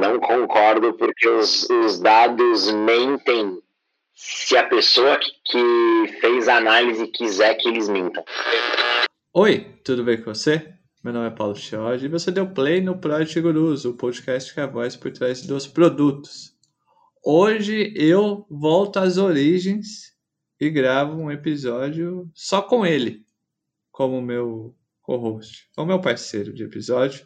não concordo, porque os dados mentem se a pessoa que fez a análise quiser que eles mintam. Oi, tudo bem com você? Meu nome é Paulo Chiodi e você deu play no Product Gurus, o podcast que é a voz por trás dos produtos. Hoje eu volto às origens e gravo um episódio só com ele, como meu co-host, como meu parceiro de episódio.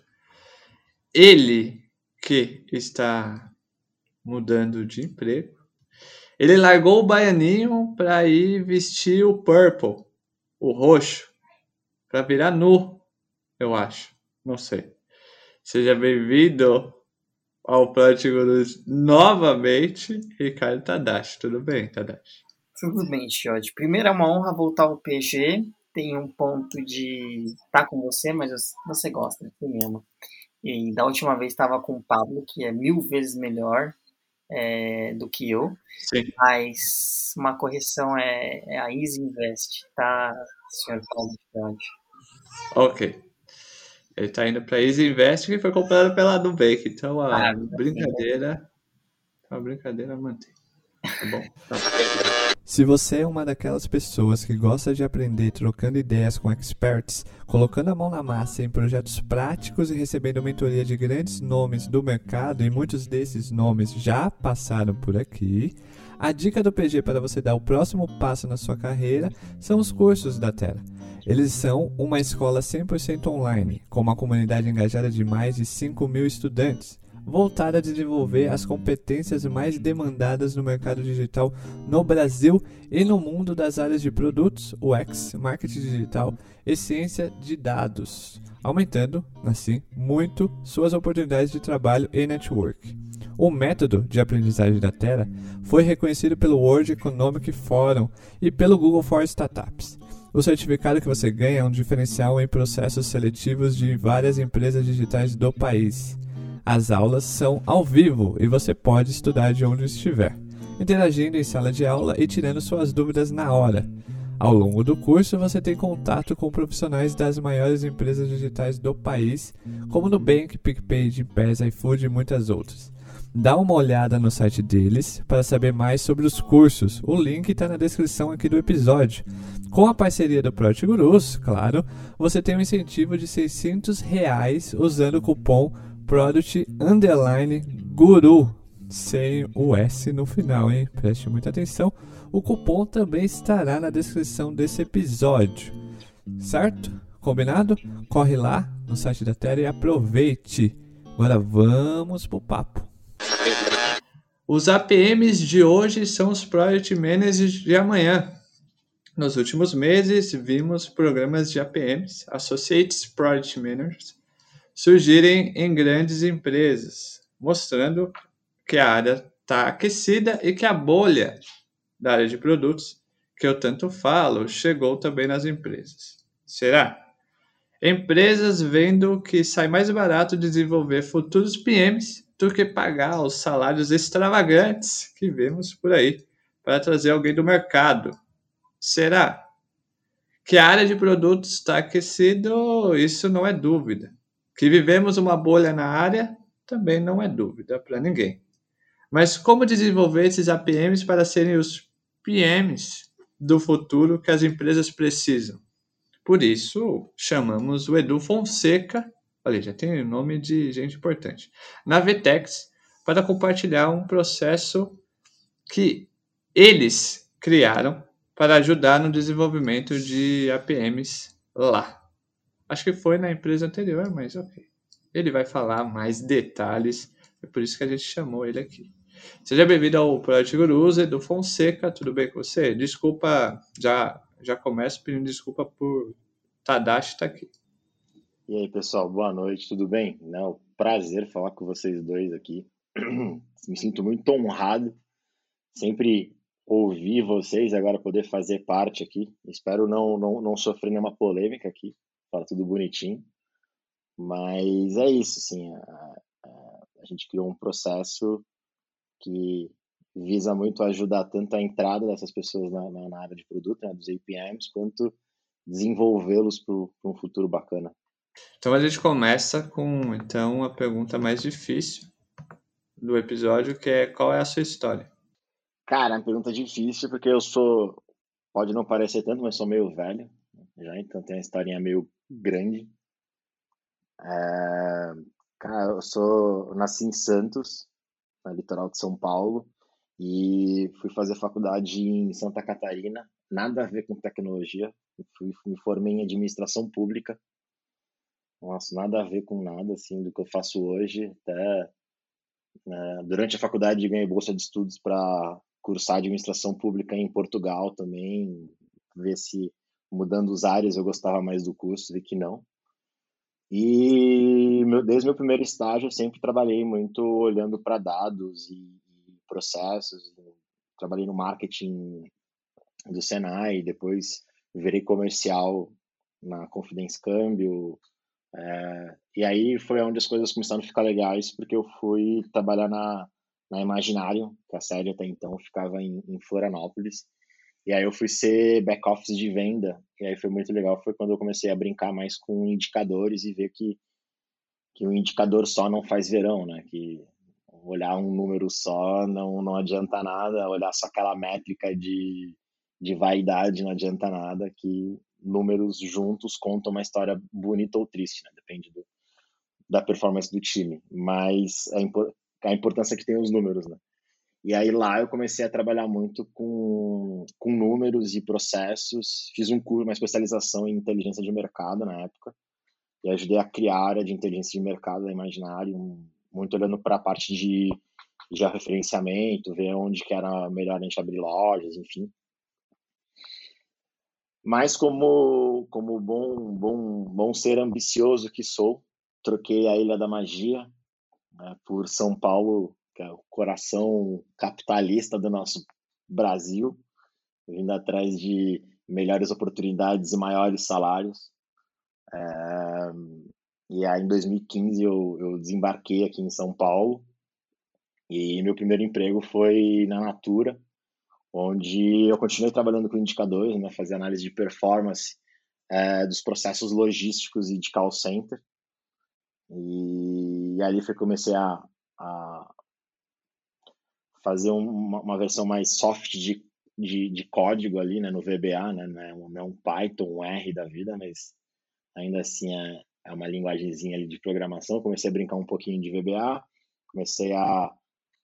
Ele que está mudando de emprego. Ele largou o baianinho para ir vestir o purple, o roxo, para virar nu, eu acho. Não sei. Seja bem-vindo ao Product Gurus novamente, Ricardo Tadashi. Tudo bem, Tadashi? Tudo bem, Chiodi. Primeiro é uma honra voltar ao PG. Tem um ponto de estar com você, mas você gosta, você me ama. E da última vez estava com o Pablo, que é 1000 vezes melhor do que eu. Sim. Mas uma correção é a Easy Invest, tá, senhor Paulo Chiodi? Ok. Ele está indo para Easy Invest, que foi comprado pela Nubank. Então a brincadeira mantém. Tá bom? Tá. Se você é uma daquelas pessoas que gosta de aprender trocando ideias com experts, colocando a mão na massa em projetos práticos e recebendo mentoria de grandes nomes do mercado, e muitos desses nomes já passaram por aqui, a dica do PG para você dar o próximo passo na sua carreira são os cursos da Terra. Eles são uma escola 100% online, com uma comunidade engajada de mais de 5.000 estudantes, voltada a desenvolver as competências mais demandadas no mercado digital no Brasil e no mundo das áreas de produtos, UX, marketing digital e ciência de dados, aumentando, assim, muito suas oportunidades de trabalho e network. O método de aprendizagem da Terra foi reconhecido pelo World Economic Forum e pelo Google for Startups. O certificado que você ganha é um diferencial em processos seletivos de várias empresas digitais do país. As aulas são ao vivo e você pode estudar de onde estiver, interagindo em sala de aula e tirando suas dúvidas na hora. Ao longo do curso, você tem contato com profissionais das maiores empresas digitais do país, como Nubank, PicPay, Gympass, iFood e muitas outras. Dá uma olhada no site deles para saber mais sobre os cursos. O link está na descrição aqui do episódio. Com a parceria do Product Gurus, claro, você tem um incentivo de R$600 usando o cupom Product_Guru, sem o S no final, hein? Preste muita atenção. O cupom também estará na descrição desse episódio. Certo? Combinado? Corre lá no site da Terra e aproveite. Agora vamos pro papo. Os APMs de hoje são os Product Managers de amanhã. Nos últimos meses, vimos programas de APMs, Associates Product Managers, surgirem em grandes empresas, mostrando que a área está aquecida e que a bolha da área de produtos, que eu tanto falo, chegou também nas empresas. Será? Empresas vendo que sai mais barato desenvolver futuros PMs do que pagar os salários extravagantes que vemos por aí para trazer alguém do mercado. Será? Que a área de produtos está aquecida, isso não é dúvida. Que vivemos uma bolha na área, também não é dúvida para ninguém. Mas como desenvolver esses APMs para serem os PMs do futuro que as empresas precisam? Por isso, chamamos o Edu Fonseca, olha, já tem o nome de gente importante, na Vtex, para compartilhar um processo que eles criaram para ajudar no desenvolvimento de APMs lá. Acho que foi na empresa anterior, mas ok. Ele vai falar mais detalhes, é por isso que a gente chamou ele aqui. Seja bem-vindo ao Product Gurus, Edu Fonseca, tudo bem com você? Desculpa, já começo pedindo desculpa por Tadashi estar aqui. E aí, pessoal, boa noite, tudo bem? Não, prazer falar com vocês dois aqui. Me sinto muito honrado, sempre ouvir vocês, agora poder fazer parte aqui. Espero não sofrer nenhuma polêmica aqui, fala tudo bonitinho. Mas é isso, assim, a gente criou um processo que visa muito ajudar tanto a entrada dessas pessoas na área de produto, né, dos APMs, quanto desenvolvê-los para um futuro bacana. Então a gente começa com a pergunta mais difícil. do episódio, que é qual é a sua história? Cara, é uma pergunta difícil, porque pode não parecer tanto, mas sou meio velho, já, então tem uma historinha meio grande. É, cara, eu nasci em Santos, na litoral de São Paulo, e fui fazer faculdade em Santa Catarina, nada a ver com tecnologia, me formei em administração pública, nossa, nada a ver com nada, assim, do que eu faço hoje, até durante a faculdade ganhei bolsa de estudos para cursar administração pública em Portugal também, ver se mudando os áreas eu gostava mais do curso, vi que não. E desde meu primeiro estágio eu sempre trabalhei muito olhando para dados e processos. Trabalhei no marketing do Senai, depois virei comercial na Confidence Câmbio. E aí foi onde as coisas começaram a ficar legais, porque eu fui trabalhar na Imaginarium, que a sede até então ficava em Florianópolis. E aí eu fui ser back-office de venda, e aí foi muito legal. Foi quando eu comecei a brincar mais com indicadores e ver que um indicador só não faz verão, né? Que olhar um número só não adianta nada, olhar só aquela métrica de vaidade não adianta nada, que números juntos contam uma história bonita ou triste, né? Depende da performance do time, mas a importância que tem os números, né? E aí lá eu comecei a trabalhar muito com números e processos, fiz um curso, uma especialização em inteligência de mercado na época, e ajudei a criar a área de inteligência de mercado da Imaginarium, muito olhando para a parte de georreferenciamento, ver onde que era melhor a gente abrir lojas, enfim. Mas como bom ser ambicioso que sou, troquei a Ilha da Magia, né, por São Paulo, que é o coração capitalista do nosso Brasil, vindo atrás de melhores oportunidades e maiores salários. E aí, em 2015, eu desembarquei aqui em São Paulo e meu primeiro emprego foi na Natura, onde eu continuei trabalhando com indicadores, né, fazer análise de performance dos processos logísticos e de call center. E ali foi que comecei a fazer uma versão mais soft de código ali, né, no VBA, né, não um Python, um R da vida, mas ainda assim é uma linguagemzinha ali de programação. Comecei a brincar um pouquinho de VBA, comecei a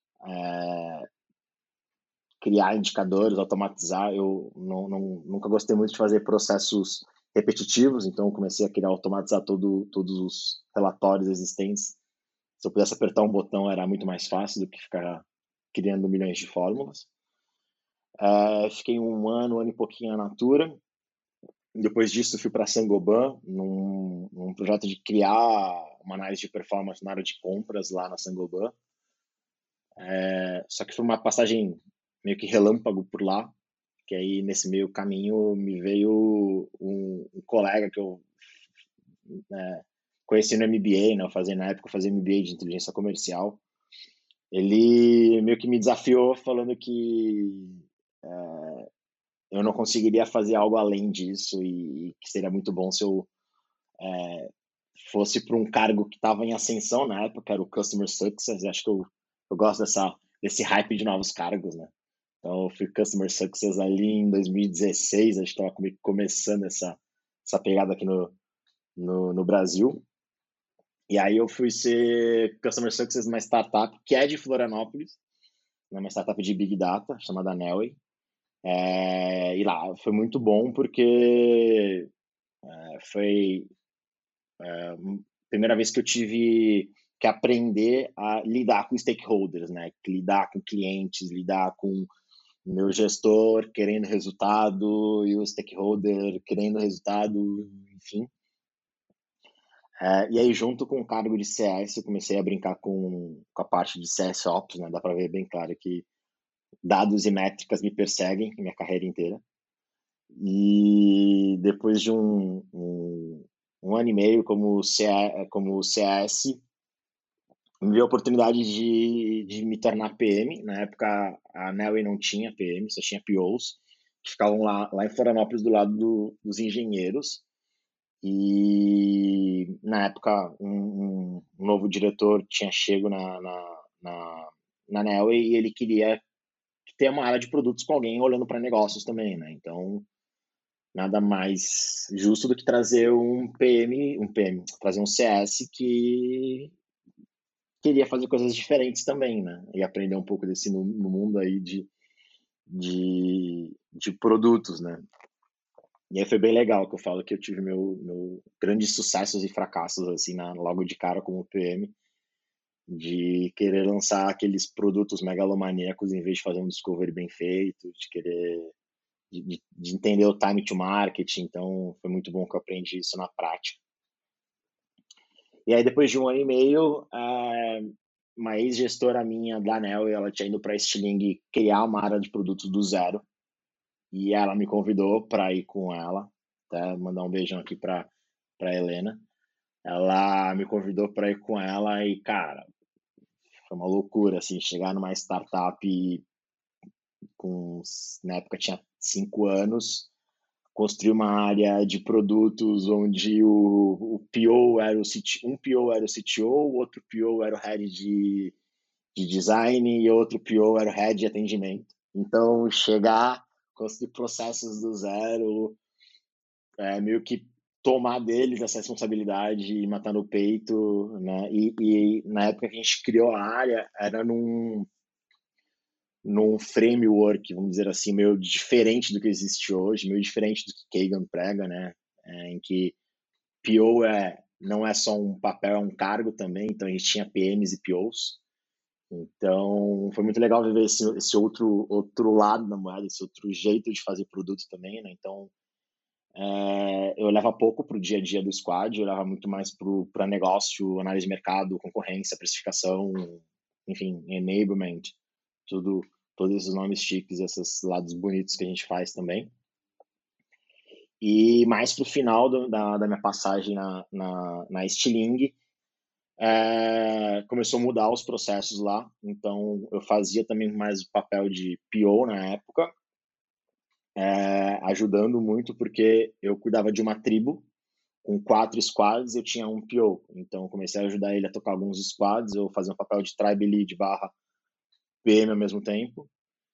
criar indicadores, automatizar. Eu nunca gostei muito de fazer processos repetitivos, então comecei a automatizar todos os relatórios existentes. Se eu pudesse apertar um botão, era muito mais fácil do que ficar criando milhões de fórmulas. Fiquei um ano e pouquinho na Natura. Depois disso, fui para a Saint-Gobain, num projeto de criar uma análise de performance na área de compras lá na Saint-Gobain. Só que foi uma passagem meio que relâmpago por lá, que aí nesse meio caminho me veio um colega que eu conheci no MBA, né? Na época eu fazia MBA de inteligência comercial. Ele meio que me desafiou falando que eu não conseguiria fazer algo além disso e que seria muito bom se eu fosse para um cargo que estava em ascensão na época, era o Customer Success. Acho que eu gosto desse hype de novos cargos, né? Então eu fui Customer Success ali em 2016, a gente estava começando essa pegada aqui no Brasil. E aí eu fui ser Customer Success numa startup que é de Florianópolis, uma startup de Big Data, chamada Nelway. E lá foi muito bom porque foi a primeira vez que eu tive que aprender a lidar com stakeholders, né? Lidar com clientes, lidar com o meu gestor querendo resultado e o stakeholder querendo resultado, enfim. E aí, junto com o cargo de CS, eu comecei a brincar com a parte de CS Ops, né? Dá para ver bem claro que dados e métricas me perseguem minha carreira inteira. E depois de um ano e meio como CS, me veio a oportunidade de me tornar PM. Na época, a Nelway não tinha PM, só tinha POs, que ficavam lá em Florianópolis do lado dos engenheiros. E na época, um novo diretor tinha chego na Nel e ele queria ter uma área de produtos com alguém olhando para negócios também, né? Então, nada mais justo do que trazer um PM, trazer um CS que queria fazer coisas diferentes também, né? E aprender um pouco desse no mundo aí de produtos, né? E aí foi bem legal, que eu falo que eu tive meu grandes sucessos e fracassos, assim, logo de cara como PM, de querer lançar aqueles produtos megalomaníacos em vez de fazer um discovery bem feito, de querer de entender o time to market. Então foi muito bom que eu aprendi isso na prática. E aí depois de 1 ano e meio, uma ex-gestora minha da Nel, ela tinha ido para a Stiling criar uma área de produtos do zero, e ela me convidou para ir com ela, até mandar um beijão aqui para Helena. Ela me convidou para ir com ela e, cara, foi uma loucura, assim, chegar numa startup na época tinha 5 anos, construir uma área de produtos onde o PO era um PO era o CTO, outro PO era o head de design e outro PO era o head de atendimento. Então, chegar, construir processos do zero, meio que tomar deles essa responsabilidade e matar no peito, né? E na época que a gente criou a área, era num framework, vamos dizer assim, meio diferente do que existe hoje, meio diferente do que Kagan prega, né? Em que PO não é só um papel, é um cargo também, então a gente tinha PMs e POs. Então, foi muito legal viver esse outro lado da moeda, esse outro jeito de fazer produto também, né? Então, eu olhava pouco para o dia a dia do squad, eu olhava muito mais para negócio, análise de mercado, concorrência, precificação, enfim, enablement, todos esses nomes chiques, esses lados bonitos que a gente faz também. E mais para o final da minha passagem na Stiling, começou a mudar os processos lá, então eu fazia também mais o papel de PO na época, ajudando muito porque eu cuidava de uma tribo com 4 squads, eu tinha um PO, então eu comecei a ajudar ele a tocar alguns squads, eu fazia um papel de tribe lead / PM ao mesmo tempo,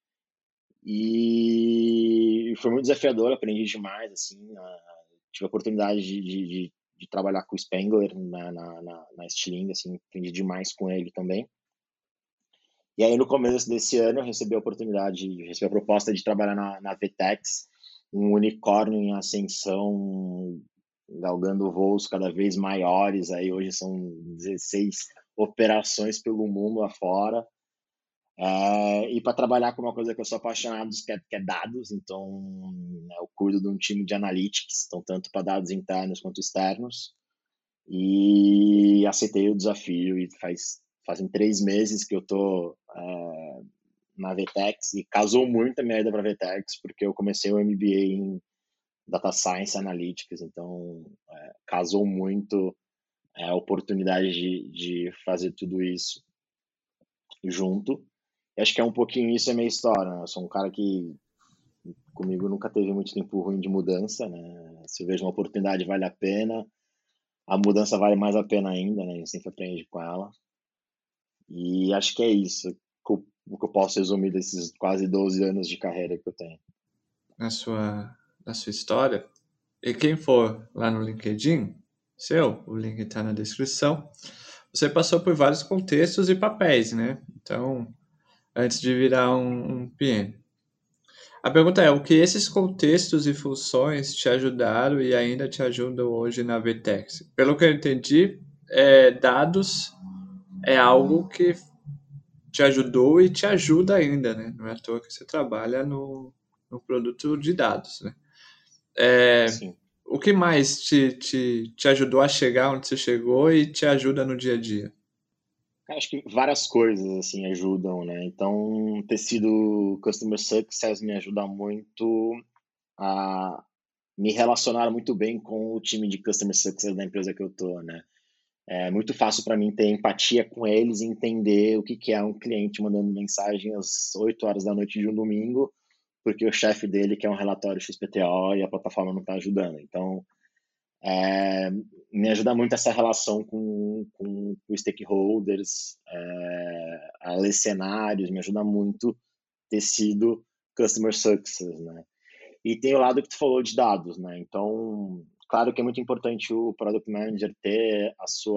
e foi muito desafiador, aprendi demais, assim, tive a oportunidade de trabalhar com o Spengler na Stiling, assim, aprendi demais com ele também. E aí, no começo desse ano, eu recebi a proposta de trabalhar na VTEX, um unicórnio em ascensão, galgando voos cada vez maiores. Aí hoje são 16 operações pelo mundo afora. E para trabalhar com uma coisa que eu sou apaixonado, que é dados. Então, eu cuido de um time de analytics, então tanto para dados internos quanto externos. E aceitei o desafio e fazem 3 meses que eu tô na VTEX, e casou muito a minha ida para a VTEX, porque eu comecei o MBA em Data Science Analytics, então casou muito a oportunidade de fazer tudo isso junto. E acho que um pouquinho isso é minha história, né? Eu sou um cara que comigo nunca teve muito tempo ruim de mudança, né? Se eu vejo uma oportunidade, vale a pena. A mudança vale mais a pena ainda, né? A gente sempre aprende com ela. E acho que é isso o que eu posso resumir desses quase 12 anos de carreira que eu tenho. Na sua história. E quem for lá no LinkedIn, o link está na descrição, você passou por vários contextos e papéis, né? Então, antes de virar um PM. A pergunta é, o que esses contextos e funções te ajudaram e ainda te ajudam hoje na VTEX? Pelo que eu entendi, dados é algo que te ajudou e te ajuda ainda, né? Não é à toa que você trabalha no produto de dados, né? Sim. O que mais te ajudou a chegar onde você chegou e te ajuda no dia a dia? Acho que várias coisas assim ajudam, né? Então, ter sido Customer Success me ajuda muito a me relacionar muito bem com o time de Customer Success da empresa que eu tô, né? É muito fácil para mim ter empatia com eles e entender o que é um cliente mandando mensagem às 8 horas da noite de um domingo, porque o chefe dele quer um relatório XPTO e a plataforma não está ajudando. Então, me ajuda muito essa relação com os stakeholders, a ler cenários, me ajuda muito ter sido Customer Success, né? E tem o lado que tu falou de dados, né? Então, claro que é muito importante o Product Manager ter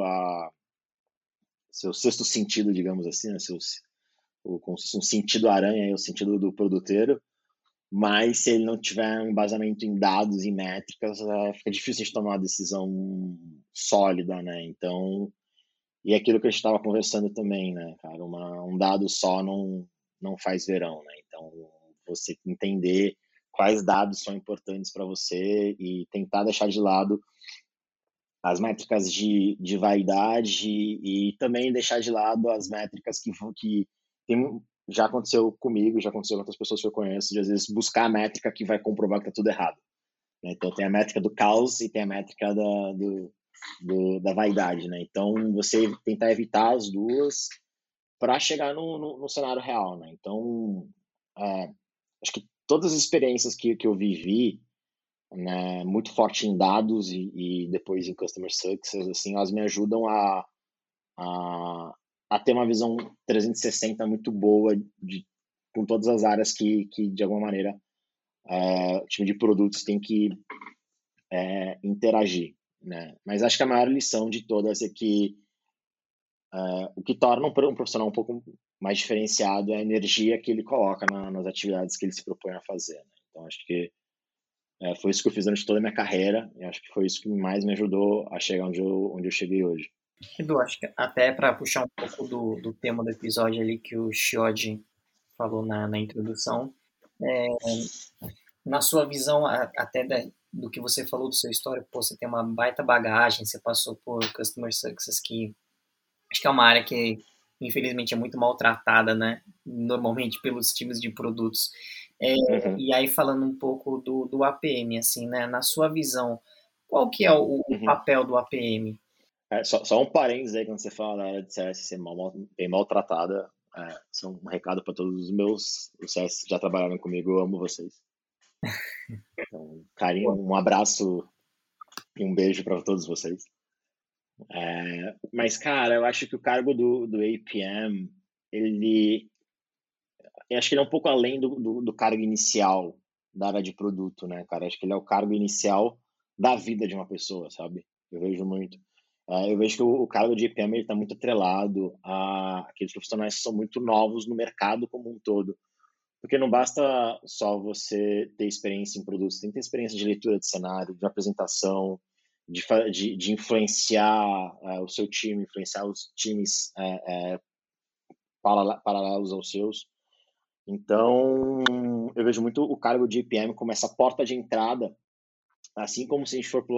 seu sexto sentido, digamos assim, né? Como se fosse um sentido aranha, o sentido do produteiro, mas se ele não tiver um embasamento em dados e métricas, fica difícil de tomar uma decisão sólida, né? Então, e é aquilo que a gente estava conversando também, né, cara? Um dado só não faz verão, né? Então, você entender quais dados são importantes para você e tentar deixar de lado as métricas de vaidade e também deixar de lado as métricas que já aconteceu comigo, já aconteceu com outras pessoas que eu conheço, de às vezes buscar a métrica que vai comprovar que tá tudo errado, né? Então tem a métrica do caos e tem a métrica da vaidade, né? Então você tentar evitar as duas para chegar no cenário real, né? Então acho que todas as experiências que eu vivi, né, muito forte em dados e depois em customer success, assim, elas me ajudam a, a ter uma visão 360 muito boa com todas as áreas que de alguma maneira, o time de produtos tem que interagir, né? Mas acho que a maior lição de todas é que o que torna um profissional um pouco mais diferenciado é a energia que ele coloca nas atividades que ele se propõe a fazer, né? Então, acho que foi isso que eu fiz durante toda a minha carreira, e acho que foi isso que mais me ajudou a chegar onde eu cheguei hoje. Edu, acho que até para puxar um pouco do tema do episódio ali que o Shioji falou na introdução, na sua visão, até do que você falou do seu histórico, pô, você tem uma baita bagagem, você passou por Customer Success, que acho que é uma área que, infelizmente, é muito maltratada, né? Normalmente pelos times de produtos. Uhum, E aí, falando um pouco do APM, assim, né? Na sua visão, qual que é o uhum. papel do APM? Só um parênteses aí quando você fala da área de CS ser bem maltratada. Só um recado para todos os CS que já trabalharam comigo, eu amo vocês. Então, carinho, um abraço e um beijo para todos vocês. Mas, cara, eu acho que o cargo do APM, eu acho que ele é um pouco além do cargo inicial da área de produto, né, cara? Acho que ele é o cargo inicial da vida de uma pessoa, sabe? Eu vejo muito. Eu vejo que o cargo de IPM está muito atrelado a aqueles profissionais que são muito novos no mercado como um todo. Porque não basta só você ter experiência em produtos, tem que ter experiência de leitura de cenário, de apresentação, de influenciar o seu time, influenciar os times paralelos aos seus. Então, eu vejo muito o cargo de IPM como essa porta de entrada, assim como se a gente for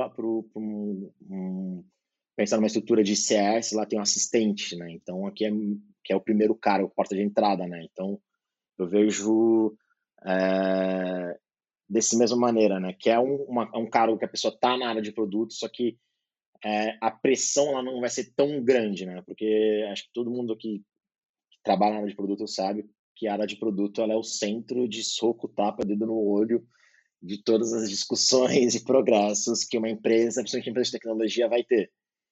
pensar numa estrutura de CS, lá tem um assistente, né? Então, aqui que é o primeiro cargo, porta de entrada, né? Então, eu vejo dessa mesma maneira, né? Que é um cargo que a pessoa está na área de produtos, só que a pressão ela não vai ser tão grande, né? Porque acho que todo mundo aqui que trabalha na área de produto sabe que a área de produto ela é o centro de soco, tapa, dedo no olho de todas as discussões e progressos que uma empresa, principalmente uma empresa de tecnologia, vai ter.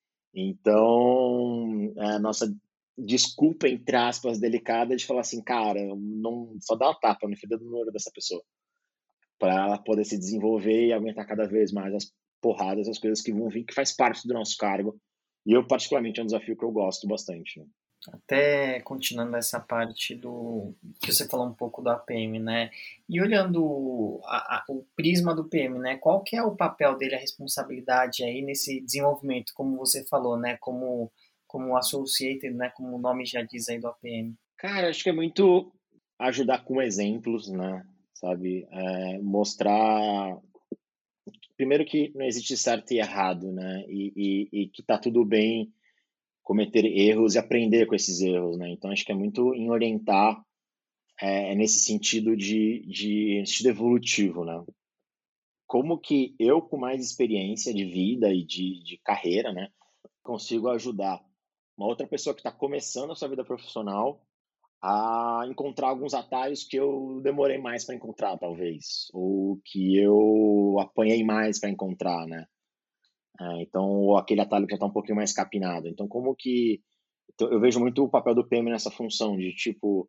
Então, a nossa desculpa, entre aspas, delicada de falar assim, cara, não, só dá uma tapa no dedo no olho dessa pessoa, para ela poder se desenvolver e aguentar cada vez mais as porradas, as coisas que vão vir, que faz parte do nosso cargo. E eu, particularmente, é um desafio que eu gosto bastante, né? Até continuando essa parte do que você falou um pouco do APM, né? E olhando o prisma do PM, né? Qual que é o papel dele, a responsabilidade aí nesse desenvolvimento, como você falou, né? Como associated, né? Como o nome já diz aí do APM. Cara, acho que é muito ajudar com exemplos, né? Sabe? Mostrar primeiro que não existe certo e errado, né? E que tá tudo bem cometer erros e aprender com esses erros, né? Então acho que é muito em orientar nesse sentido de sentido evolutivo, né? Como que eu com mais experiência de vida e de carreira, né, consigo ajudar uma outra pessoa que está começando a sua vida profissional a encontrar alguns atalhos que eu demorei mais para encontrar, talvez, ou que eu apanhei mais para encontrar, né? Então, ou aquele atalho que já está um pouquinho mais capinado. Então, como que Então, eu vejo muito o papel do PM nessa função de, tipo,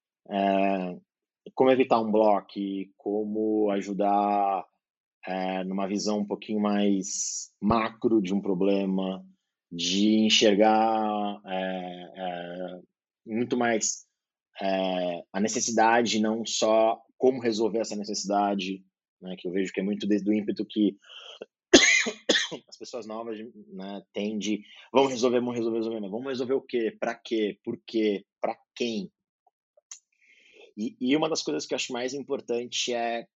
como evitar um bloco, como ajudar numa visão um pouquinho mais macro de um problema, de enxergar muito mais a necessidade, não só como resolver essa necessidade, né, que eu vejo que é muito desde o ímpeto que as pessoas novas, né, têm de vamos resolver, mas vamos resolver o quê? Para quê? Por quê? Para quem? E uma das coisas que eu acho mais importante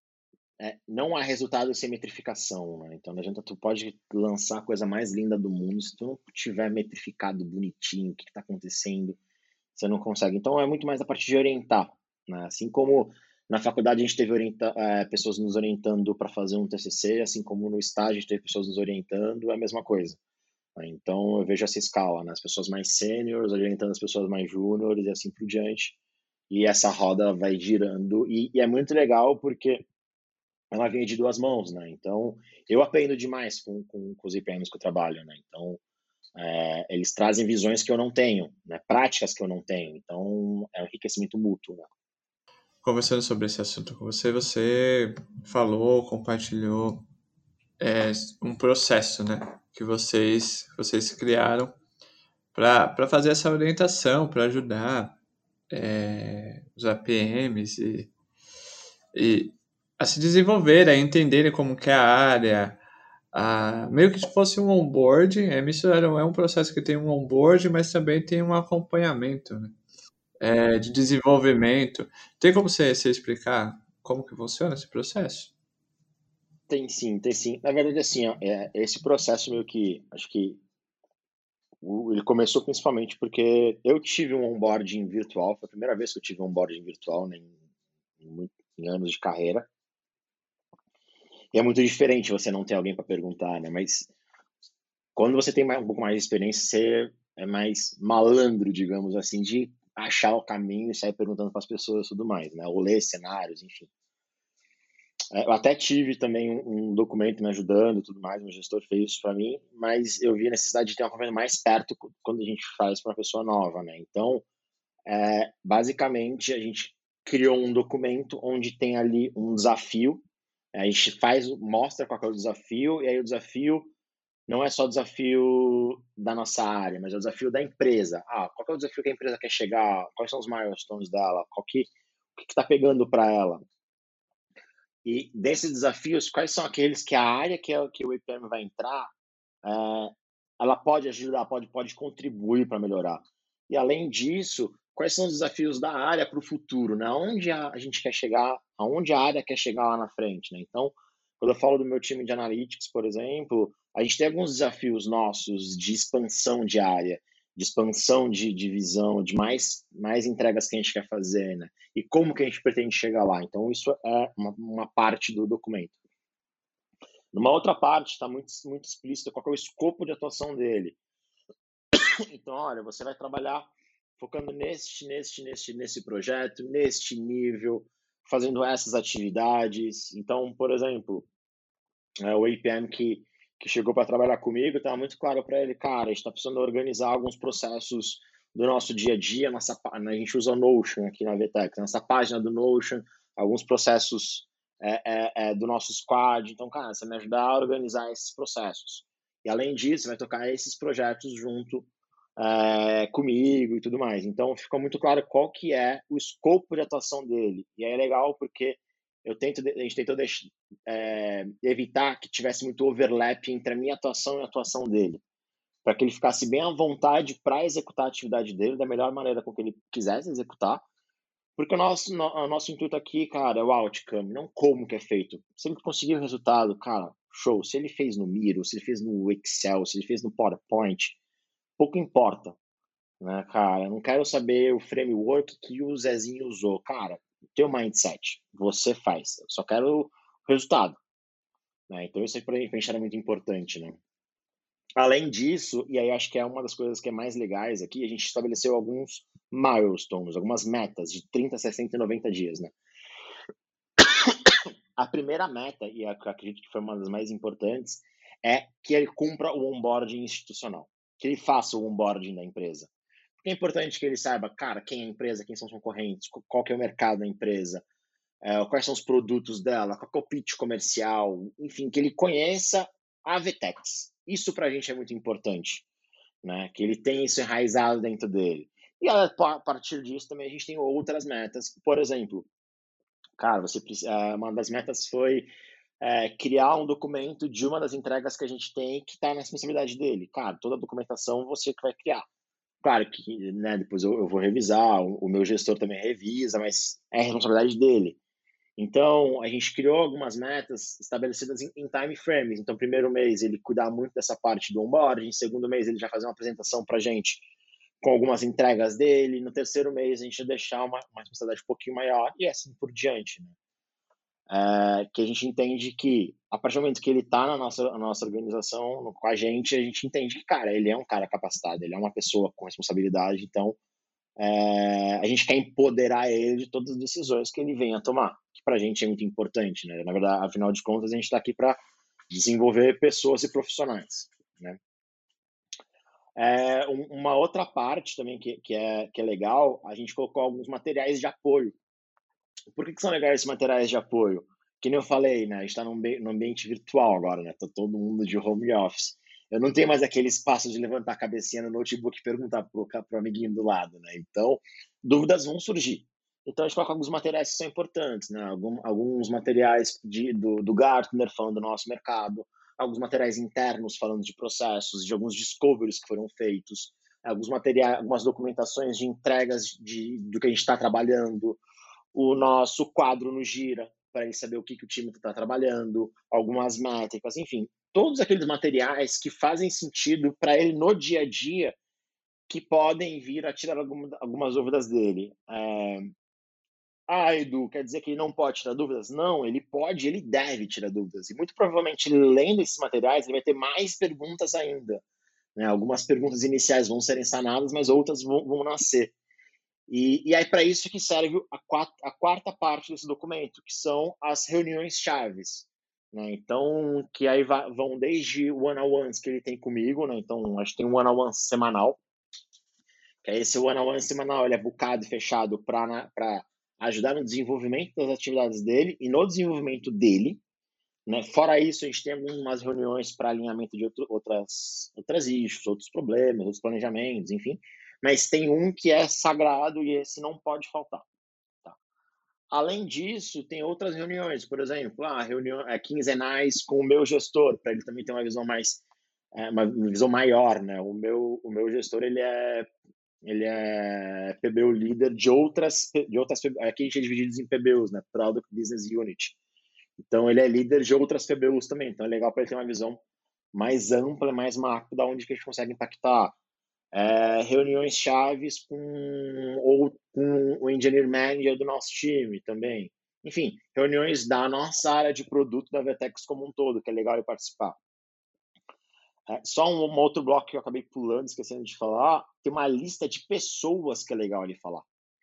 não há resultado sem metrificação, né? Então não adianta, tu pode lançar a coisa mais linda do mundo, se tu não tiver metrificado bonitinho o que está acontecendo, você não consegue. Então é muito mais a parte de orientar, né? Assim como na faculdade a gente teve pessoas nos orientando para fazer um TCC, assim como no estágio a gente teve pessoas nos orientando, é a mesma coisa, né? Então eu vejo essa escala, né? As pessoas mais sêniores orientando as pessoas mais júniores e assim por diante. E essa roda vai girando e é muito legal porque ela vem de duas mãos, né? Então, eu aprendo demais com os IPMs que eu trabalho, né? Então, eles trazem visões que eu não tenho, né? Práticas que eu não tenho. Então, é um enriquecimento mútuo, né? Conversando sobre esse assunto com você, você falou, compartilhou um processo, né, que vocês criaram para fazer essa orientação, para ajudar os APMs e a se desenvolver, a entenderem como que é a área, meio que fosse um onboard. Isso é um processo que tem um onboard, mas também tem um acompanhamento, né, de desenvolvimento. Tem como você explicar como que funciona esse processo? Tem sim, tem sim. Na verdade, assim, ó, esse processo meio que, acho que ele começou principalmente porque eu tive um onboarding virtual, foi a primeira vez que eu tive um onboarding virtual, né, em anos de carreira. E é muito diferente você não ter alguém para perguntar, né? Mas quando você tem um pouco mais de experiência, você é mais malandro, digamos assim, de achar o caminho e sair perguntando para as pessoas e tudo mais, né? Ou ler cenários, enfim. Eu até tive também um documento me ajudando e tudo mais, meu gestor fez isso para mim, mas eu vi a necessidade de ter um acompanhamento mais perto quando a gente faz para uma pessoa nova, né? Então, basicamente, a gente criou um documento onde tem ali um desafio, a gente mostra qual é o desafio, e aí o desafio não é só o desafio da nossa área, mas é o desafio da empresa. Qual é o desafio que a empresa quer chegar? Quais são os milestones dela? O que está pegando para ela? E desses desafios, quais são aqueles que a área que o IPM vai entrar, é, ela pode ajudar, pode contribuir para melhorar. E além disso, quais são os desafios da área para o futuro, né? Onde a gente quer chegar, aonde a área quer chegar lá na frente, né? Então, quando eu falo do meu time de analytics, por exemplo, a gente tem alguns desafios nossos de expansão de área, de expansão de visão, de mais entregas que a gente quer fazer, né? E como que a gente pretende chegar lá. Então, isso é uma parte do documento. Numa outra parte, está muito, muito explícito qual é o escopo de atuação dele. Então, olha, você vai trabalhar focando nesse projeto, neste nível, fazendo essas atividades. Então, por exemplo, o APM que chegou para trabalhar comigo, estava muito claro para ele, cara, a gente está precisando organizar alguns processos do nosso dia a dia, a gente usa o Notion aqui na VTEX, nessa página do Notion, alguns processos do nosso squad. Então, cara, você me ajudar a organizar esses processos. E além disso, você vai tocar esses projetos junto comigo e tudo mais. Então, ficou muito claro qual que é o escopo de atuação dele. E aí é legal porque a gente tentou evitar que tivesse muito overlap entre a minha atuação e a atuação dele, para que ele ficasse bem à vontade para executar a atividade dele da melhor maneira com que ele quisesse executar, porque o nosso intuito aqui, cara, é o outcome, não como que é feito. Se ele conseguir o resultado, cara, show. Se ele fez no Miro, se ele fez no Excel, se ele fez no PowerPoint, pouco importa, né, cara? Eu não quero saber o framework que o Zezinho usou. Cara, teu mindset, você faz. Eu só quero o resultado, né? Então isso aí pra gente era muito importante, né? Além disso, e aí acho que é uma das coisas que é mais legais aqui, a gente estabeleceu alguns milestones, algumas metas de 30, 60 e 90 dias, né? A primeira meta, e eu acredito que foi uma das mais importantes, é que ele cumpra o onboarding institucional, que ele faça o onboarding da empresa. Porque é importante que ele saiba, cara, quem é a empresa, quem são os concorrentes, qual que é o mercado da empresa, quais são os produtos dela, qual que é o pitch comercial, enfim, que ele conheça a Vtex. Isso para a gente é muito importante, né? Que ele tenha isso enraizado dentro dele. E a partir disso também a gente tem outras metas. Por exemplo, cara, uma das metas foi criar um documento de uma das entregas que a gente tem que está na responsabilidade dele. Cara, toda a documentação você que vai criar. Claro que, né, depois eu vou revisar, o meu gestor também revisa, mas é responsabilidade dele. Então, a gente criou algumas metas estabelecidas em time frames. Então, primeiro mês ele cuidar muito dessa parte do onboarding, segundo mês ele já fazer uma apresentação para a gente com algumas entregas dele, no terceiro mês a gente deixar uma responsabilidade um pouquinho maior e assim por diante, né? Que a gente entende que, a partir do momento que ele está na nossa organização, com a gente entende que, cara, ele é um cara capacitado, ele é uma pessoa com responsabilidade, então a gente quer empoderar ele de todas as decisões que ele venha a tomar, que para a gente é muito importante, né? Na verdade, afinal de contas, a gente está aqui para desenvolver pessoas e profissionais, né? Uma outra parte também que é legal, a gente colocou alguns materiais de apoio. Por que são legais esses materiais de apoio? Que nem eu falei, né? A gente está num ambiente virtual agora, né? Tá todo mundo de home office. Eu não tenho mais aquele espaço de levantar a cabecinha no notebook e perguntar pro amiguinho do lado, né? Então, dúvidas vão surgir. Então, a gente coloca alguns materiais que são importantes, né? Alguns materiais do Gartner falando do nosso mercado, alguns materiais internos falando de processos, de alguns discoveries que foram feitos, algumas documentações de entregas do que a gente está trabalhando, o nosso quadro no Gira, para ele saber o que o time está trabalhando, algumas métricas, enfim, todos aqueles materiais que fazem sentido para ele no dia a dia, que podem vir a tirar algumas dúvidas dele. Edu, quer dizer que ele não pode tirar dúvidas? Não, ele pode, ele deve tirar dúvidas. E muito provavelmente, lendo esses materiais, ele vai ter mais perguntas ainda, né? Algumas perguntas iniciais vão serem sanadas, mas outras vão nascer. E aí, para isso que serve a quarta parte desse documento, que são as reuniões chaves, né? Então, que aí vão desde one-on-ones que ele tem comigo, né? Então, acho que tem um one-on-one semanal, que aí esse one-on-one semanal ele é bucado e fechado para ajudar no desenvolvimento das atividades dele e no desenvolvimento dele, né? Fora isso, a gente tem algumas reuniões para alinhamento de outras issues, outros problemas, outros planejamentos, enfim. Mas tem um que é sagrado e esse não pode faltar. Tá? Além disso, tem outras reuniões, por exemplo, reunião quinzenais com o meu gestor, para ele também ter uma visão uma visão maior, né? O meu gestor ele é PBU líder de outras aqui a gente é dividido em PBUs, né? Product Business Unit. Então ele é líder de outras PBUs também. Então é legal para ele ter uma visão mais ampla, mais macro, da onde que a gente consegue impactar. Reuniões chaves com o engineer manager do nosso time também. Enfim, reuniões da nossa área de produto da Vtex como um todo, que é legal ele participar. Só um outro bloco que eu acabei pulando, esquecendo de falar, tem uma lista de pessoas que é legal ele falar.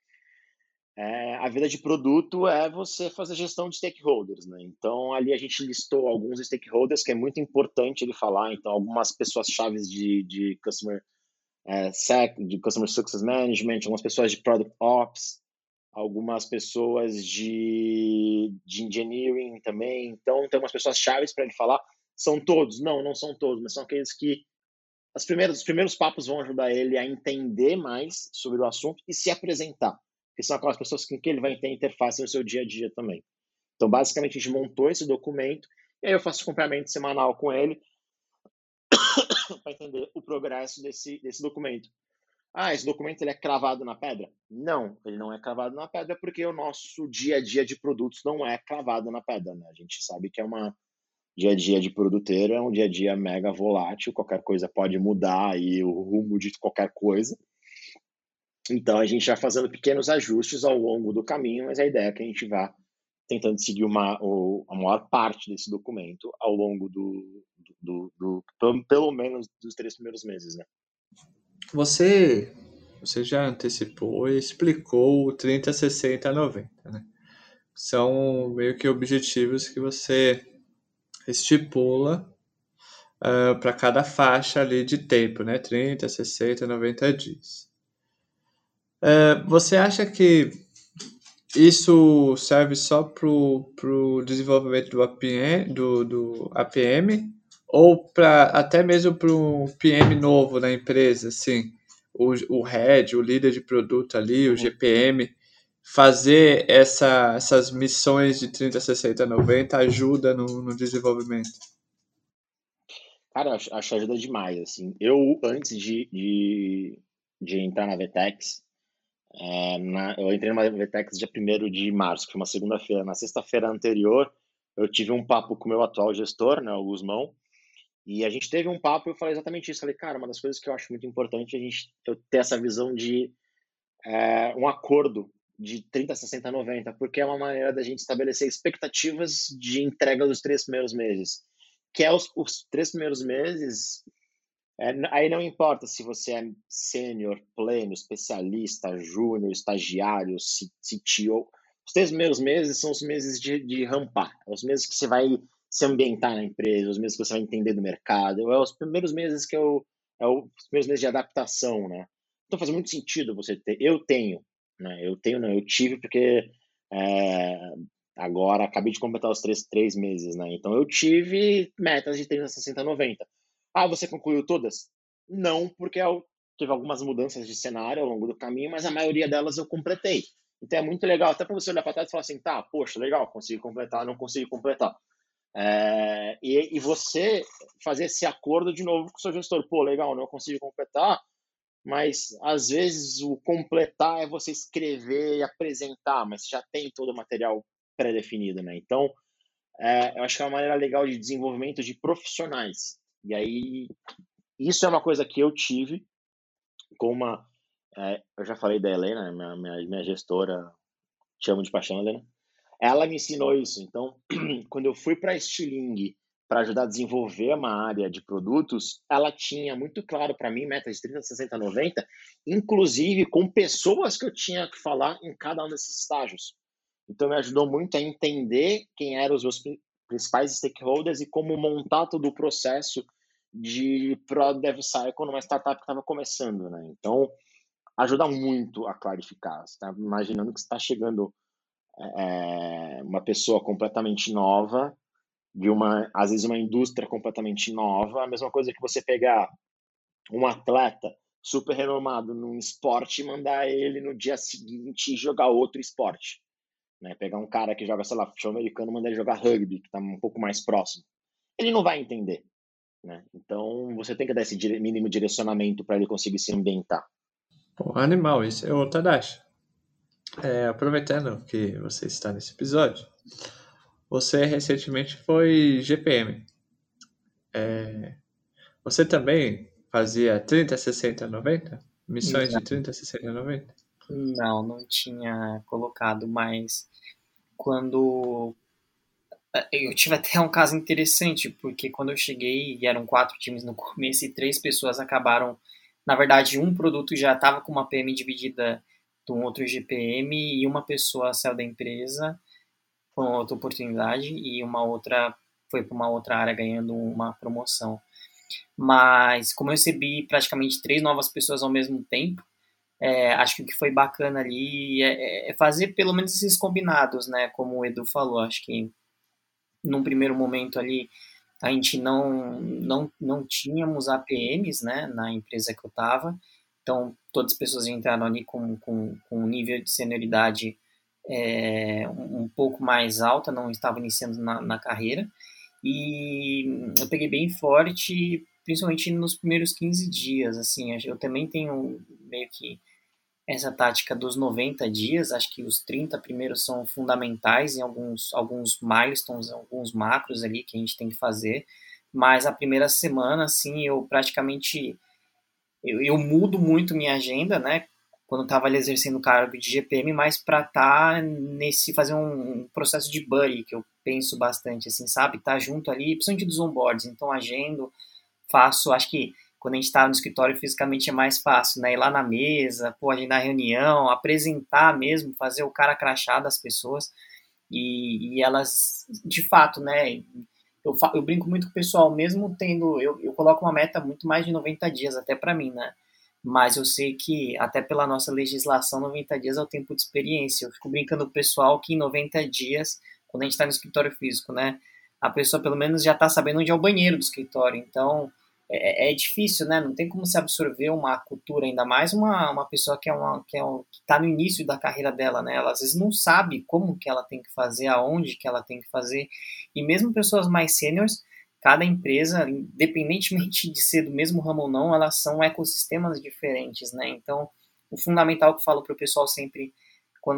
A vida de produto é você fazer gestão de stakeholders, né? Então, ali a gente listou alguns stakeholders que é muito importante ele falar. Então, algumas pessoas chaves de Customer Success Management, algumas pessoas de Product Ops, algumas pessoas de Engineering também. Então, tem umas pessoas chaves para ele falar. São todos? Não são todos, mas são aqueles que os primeiros papos vão ajudar ele a entender mais sobre o assunto e se apresentar, que são aquelas pessoas com que ele vai ter interface no seu dia a dia também. Então, basicamente, a gente montou esse documento e aí eu faço acompanhamento semanal com ele para entender o progresso desse documento. Esse documento ele é cravado na pedra? Não, ele não é cravado na pedra porque o nosso dia a dia de produtos não é cravado na pedra, né? A gente sabe que dia a dia de produteiro é um dia a dia mega volátil, qualquer coisa pode mudar aí o rumo de qualquer coisa. Então a gente vai fazendo pequenos ajustes ao longo do caminho, mas a ideia é que a gente vá tentando seguir a maior parte desse documento ao longo pelo menos dos 3 primeiros meses, né? Você já antecipou e explicou o 30, 60, 90, né? São meio que objetivos que você estipula para cada faixa ali de tempo, né? 30, 60, 90 dias. Você acha que isso serve só para o desenvolvimento do APM ou até mesmo para um PM novo na empresa, assim, o head, o líder de produto ali, o GPM, fazer essas missões de 30, 60, 90 ajuda no desenvolvimento? Cara, acho que ajuda demais, assim. Eu, antes de entrar na Vetex, eu entrei numa Vetex dia 1º de março, que foi uma segunda-feira. Na sexta-feira anterior, eu tive um papo com o meu atual gestor, né, o Guzmão, e a gente teve um papo e eu falei exatamente isso. Falei, cara, uma das coisas que eu acho muito importante é eu ter essa visão de um acordo de 30, 60, 90, porque é uma maneira da gente estabelecer expectativas de entrega dos 3 primeiros meses. Que é os 3 primeiros meses, aí não importa se você é sênior, pleno, especialista, júnior, estagiário, CTO. Os 3 primeiros meses são os meses de rampar. É os meses que você vai se ambientar na empresa, os meses que você vai entender do mercado. É os primeiros meses os primeiros meses de adaptação, né? Então faz muito sentido você ter. Eu tenho, né? Eu tive porque é, agora acabei de completar os 3 meses, né? Então eu tive metas de 30, 60, 90. Ah, você concluiu todas? Não, porque teve algumas mudanças de cenário ao longo do caminho, mas a maioria delas eu completei. Então é muito legal, até para você olhar para trás e falar assim, tá, poxa, legal, consegui completar, não consegui completar. E você fazer esse acordo de novo com o seu gestor. Pô, legal, não consegui completar, mas às vezes o completar é você escrever e apresentar, mas você já tem todo o material pré-definido, né? Então, eu acho que é uma maneira legal de desenvolvimento de profissionais. E aí, isso é uma coisa que eu tive com eu já falei da Helena, minha gestora, te amo de paixão, Helena. Ela me ensinou isso. Então, quando eu fui para a Stiling para ajudar a desenvolver uma área de produtos, ela tinha muito claro para mim metas de 30, 60, 90, inclusive com pessoas que eu tinha que falar em cada um desses estágios. Então, me ajudou muito a entender quem eram os meus principais stakeholders e como montar todo o processo de Product Dev Cycle numa startup que estava começando, né? Então, ajuda muito a clarificar. Você está imaginando que está chegando uma pessoa completamente nova, às vezes uma indústria completamente nova, a mesma coisa que você pegar um atleta super renomado num esporte e mandar ele no dia seguinte jogar outro esporte. Né? Pegar um cara que joga, sei lá, futebol americano e mandar ele jogar rugby, que está um pouco mais próximo. Ele não vai entender. Né? Então, você tem que dar esse mínimo direcionamento para ele conseguir se ambientar. Pô, animal, isso é o Tadashi. Aproveitando que você está nesse episódio, você recentemente foi GPM. Você também fazia 30, 60, 90? Missões de 30, 60, 90? Não tinha colocado, mas quando eu tive até um caso interessante, porque quando eu cheguei, e eram 4 times no começo, e 3 pessoas acabaram, na verdade, um produto já estava com uma PM dividida de um outro GPM, e uma pessoa saiu da empresa com outra oportunidade, e uma outra foi para uma outra área ganhando uma promoção. Mas como eu recebi praticamente 3 novas pessoas ao mesmo tempo, acho que o que foi bacana ali é fazer pelo menos esses combinados, né? Como o Edu falou, acho que num primeiro momento ali a gente não tínhamos APMs, né, na empresa que eu estava, então todas as pessoas entraram ali com um nível de senioridade um pouco mais alta, não estavam iniciando na carreira, e eu peguei bem forte, principalmente nos primeiros 15 dias, assim, eu também tenho meio que essa tática dos 90 dias, acho que os 30 primeiros são fundamentais em alguns milestones, alguns macros ali que a gente tem que fazer, mas a primeira semana, assim, eu praticamente, eu mudo muito minha agenda, né, quando eu estava ali exercendo o cargo de GPM, mas para estar fazer um processo de buddy, que eu penso bastante, assim, sabe, tá junto ali, principalmente dos onboards, então agendo, faço, acho que quando a gente está no escritório fisicamente é mais fácil, né? Ir lá na mesa, pô, agendar reunião, apresentar mesmo, fazer o cara crachá das pessoas e elas, de fato, né? Eu brinco muito com o pessoal, mesmo tendo, eu coloco uma meta muito mais de 90 dias até para mim, né? mas eu sei que até pela nossa legislação, 90 dias é o tempo de experiência. Eu fico brincando com o pessoal que em 90 dias, quando a gente está no escritório físico, né, a pessoa pelo menos já está sabendo onde é o banheiro do escritório. Então, é difícil, né? Não tem como se absorver uma cultura, ainda mais uma pessoa que está no início da carreira dela, né? Ela às vezes não sabe como que ela tem que fazer, aonde que ela tem que fazer. E mesmo pessoas mais sêniores, cada empresa, independentemente de ser do mesmo ramo ou não, elas são ecossistemas diferentes, né? Então, o fundamental que eu falo para o pessoal sempre, quando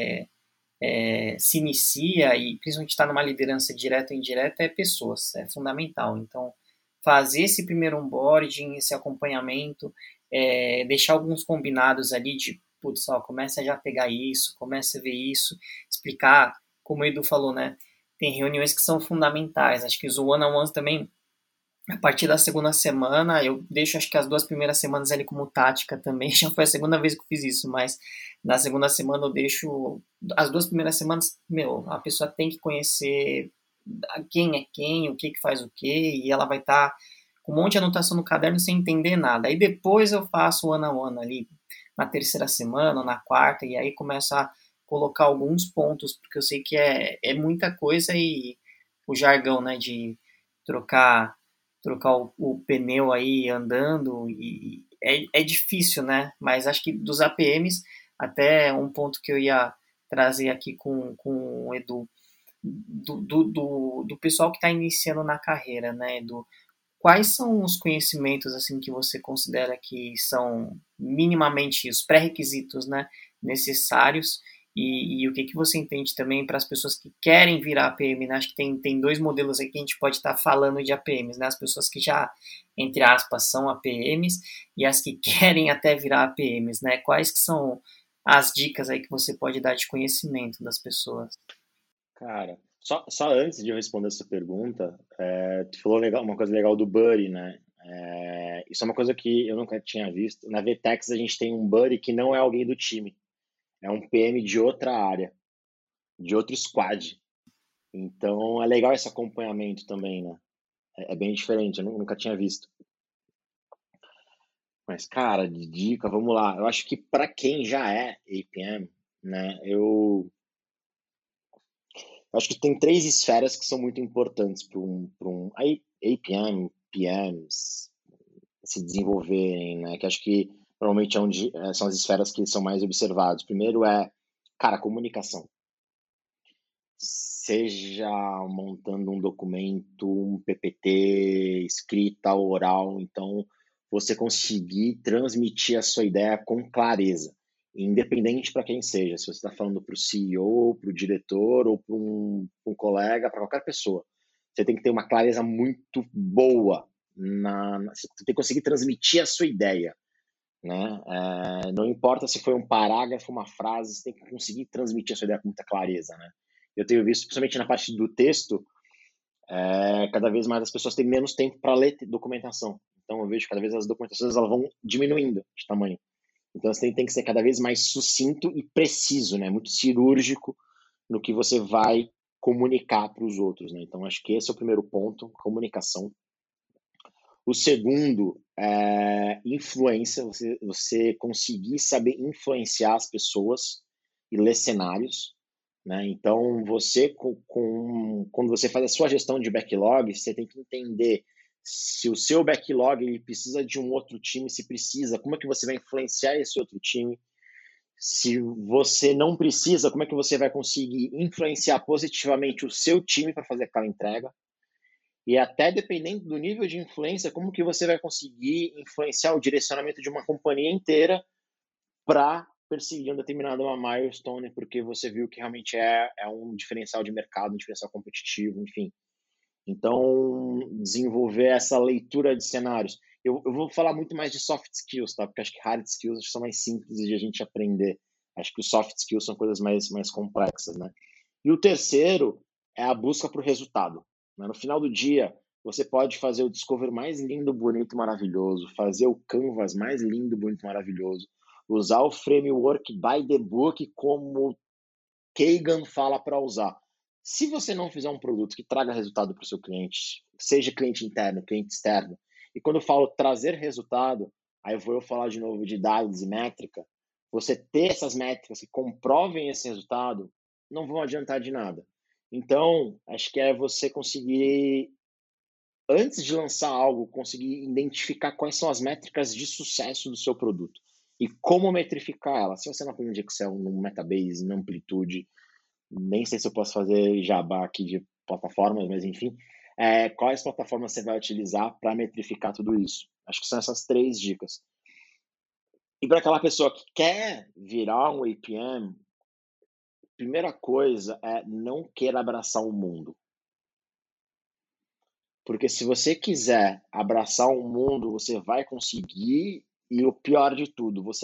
se inicia e principalmente está numa liderança direta ou indireta, é pessoas, é fundamental. Então, fazer esse primeiro onboarding, esse acompanhamento, deixar alguns combinados ali de, putz, ó, começa a já pegar isso, começa a ver isso, explicar, como o Edu falou, né? Tem reuniões que são fundamentais. Acho que os one-on-ones também, a partir da segunda semana, eu deixo acho que as 2 primeiras semanas ali como tática também. Já foi a segunda vez que eu fiz isso, mas na segunda semana eu deixo. As 2 primeiras semanas, meu, a pessoa tem que conhecer quem é quem, o que faz o quê, e ela vai estar com um monte de anotação no caderno sem entender nada. Aí depois eu faço o one-on-one ali na terceira semana, na quarta, e aí começo a colocar alguns pontos, porque eu sei que é muita coisa e o jargão, né, de trocar o pneu aí andando e é difícil, né? Mas acho que dos APMs, até um ponto que eu ia trazer aqui com o Edu, do pessoal que está iniciando na carreira, né, Edu? Quais são os conhecimentos assim que você considera que são minimamente os pré-requisitos, né, necessários e o que você entende também para as pessoas que querem virar APM, né? Acho que tem dois modelos aí que a gente pode estar falando de APMs, né? As pessoas que já, entre aspas, são APMs e as que querem até virar APMs, né? Quais que são as dicas aí que você pode dar de conhecimento das pessoas? Cara, só antes de eu responder essa pergunta, tu falou uma coisa legal do buddy, né? Isso é uma coisa que eu nunca tinha visto. Na VTEX a gente tem um buddy que não é alguém do time, é um PM de outra área, de outro squad. Então é legal esse acompanhamento também, né? É bem diferente, eu nunca tinha visto. Mas, cara, de dica, vamos lá. Eu acho que para quem já é APM, né? Eu acho que tem três esferas que são muito importantes para um APM, PMs se desenvolverem, né? Que acho que normalmente é onde são as esferas que são mais observadas. Primeiro cara, comunicação. Seja montando um documento, um PPT, escrita, oral, então você conseguir transmitir a sua ideia com clareza, independente para quem seja, se você está falando para o CEO, para o diretor ou para um colega, para qualquer pessoa. Você tem que ter uma clareza muito boa, você tem que conseguir transmitir a sua ideia, né? Não importa se foi um parágrafo, uma frase, você tem que conseguir transmitir a sua ideia com muita clareza, né? Eu tenho visto, principalmente na parte do texto, cada vez mais as pessoas têm menos tempo para ler documentação. Então eu vejo que cada vez as documentações elas vão diminuindo de tamanho. Então você tem que ser cada vez mais sucinto e preciso, né? Muito cirúrgico no que você vai comunicar para os outros, né? Então acho que esse é o primeiro ponto, comunicação. O segundo é influência, você conseguir saber influenciar as pessoas e ler cenários, né? Então, quando você faz a sua gestão de backlog, você tem que entender se o seu backlog ele precisa de um outro time, se precisa, como é que você vai influenciar esse outro time? Se você não precisa, como é que você vai conseguir influenciar positivamente o seu time para fazer aquela entrega? E até dependendo do nível de influência, como que você vai conseguir influenciar o direcionamento de uma companhia inteira para perseguir um determinado milestone, porque você viu que realmente é um diferencial de mercado, um diferencial competitivo, enfim. Então, desenvolver essa leitura de cenários. Eu vou falar muito mais de soft skills, tá? Porque acho que hard skills são mais simples de a gente aprender. Acho que os soft skills são coisas mais complexas, né? E o terceiro é a busca por resultado, né? No final do dia, você pode fazer o discover mais lindo, bonito, maravilhoso, fazer o canvas mais lindo, bonito, maravilhoso, usar o framework by the book como Kagan fala para usar. Se você não fizer um produto que traga resultado para o seu cliente, seja cliente interno, cliente externo, e quando eu falo trazer resultado, aí eu vou falar de novo de dados e métrica, você ter essas métricas que comprovem esse resultado, não vão adiantar de nada. Então, acho que é você conseguir, antes de lançar algo, conseguir identificar quais são as métricas de sucesso do seu produto e como metrificar elas. Se você não aprende Excel, no Metabase, na Amplitude, nem sei se eu posso fazer jabá aqui de plataformas, mas enfim, quais plataformas você vai utilizar para metrificar tudo isso? Acho que são essas 3 dicas. E para aquela pessoa que quer virar um APM, primeira coisa é não queira abraçar o mundo. Porque se você quiser abraçar o mundo, você vai conseguir, e o pior de tudo, você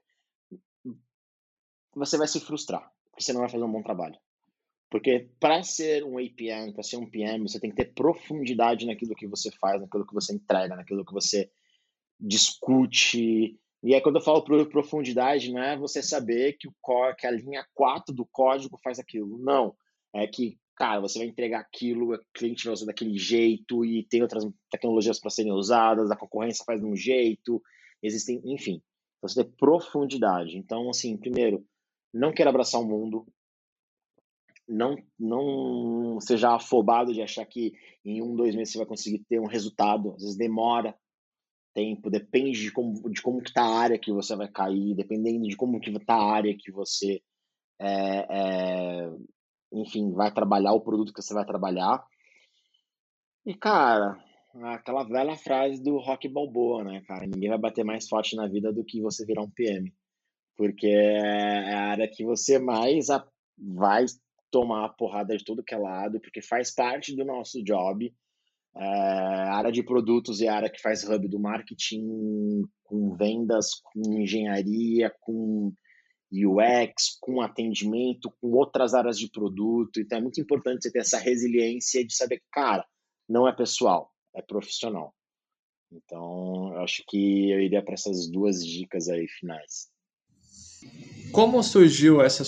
vai se frustrar, porque você não vai fazer um bom trabalho. Porque para ser um APM, para ser um PM, você tem que ter profundidade naquilo que você faz, naquilo que você entrega, naquilo que você discute. E aí, quando eu falo profundidade, não é você saber que a linha 4 do código faz aquilo. Não. É que, cara, você vai entregar aquilo, o cliente vai usar daquele jeito, e tem outras tecnologias para serem usadas, a concorrência faz de um jeito, existem, enfim. Você tem profundidade. Então, assim, primeiro, não queira abraçar o mundo, não seja afobado de achar que em 1, 2 meses você vai conseguir ter um resultado. Às vezes demora tempo, depende de como que tá a área que você vai cair, dependendo de como que tá a área que você, enfim, vai trabalhar, o produto que você vai trabalhar. E, cara, aquela velha frase do Rock Balboa, né, cara? Ninguém vai bater mais forte na vida do que você virar um PM. Porque é a área que você mais vai tomar a porrada de todo que é lado, porque faz parte do nosso job. A área de produtos é a área que faz hub do marketing, com vendas, com engenharia, com UX, com atendimento, com outras áreas de produto. Então é muito importante você ter essa resiliência de saber que, cara, não é pessoal, é profissional. Então, eu acho que eu iria para essas 2 dicas aí finais. Como surgiu esse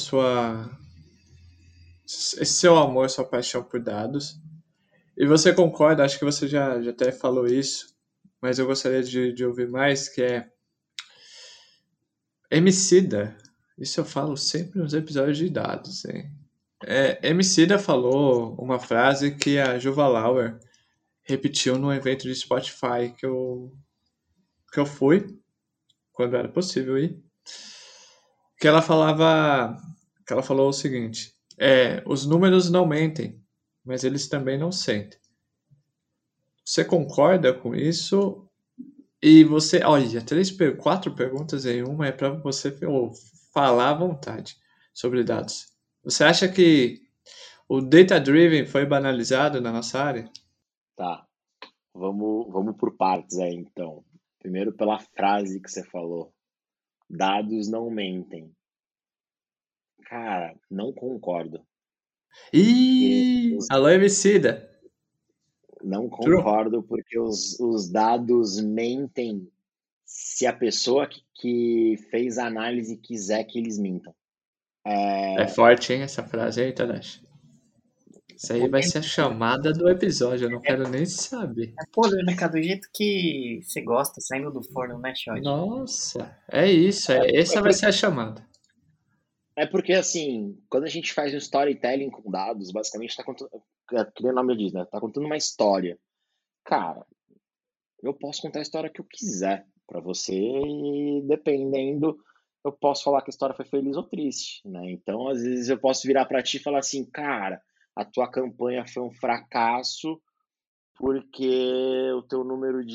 seu amor, sua paixão por dados? E você concorda, acho que você já até falou isso, mas eu gostaria de ouvir mais, que é Emicida. Isso eu falo sempre nos episódios de dados, hein? Emicida falou uma frase que a Juva Lauer repetiu num evento de Spotify que eu fui, quando era possível ir, que ela falou o seguinte, os números não mentem, mas eles também não sentem. Você concorda com isso? E você, olha, 4 perguntas em uma é para você falar à vontade sobre dados. Você acha que o data-driven foi banalizado na nossa área? Tá, vamos por partes aí, então. Primeiro pela frase que você falou. Dados não mentem. Cara, não concordo. Alô, Emicida. Não True. concordo porque os dados mentem se a pessoa que fez a análise quiser que eles mintam. É forte, hein, essa frase aí, Tadashi? Isso aí vai ser a chamada do episódio, eu não quero nem saber. É polêmica do jeito que você gosta, saindo do forno, né, Xande? Nossa, é isso, essa vai ser a chamada. É porque, assim, quando a gente faz um storytelling com dados, basicamente está contando, que nem o nome diz, né? Tá contando uma história. Cara, eu posso contar a história que eu quiser para você e dependendo, eu posso falar que a história foi feliz ou triste, né? Então, às vezes eu posso virar para ti e falar assim, cara, a tua campanha foi um fracasso porque o teu número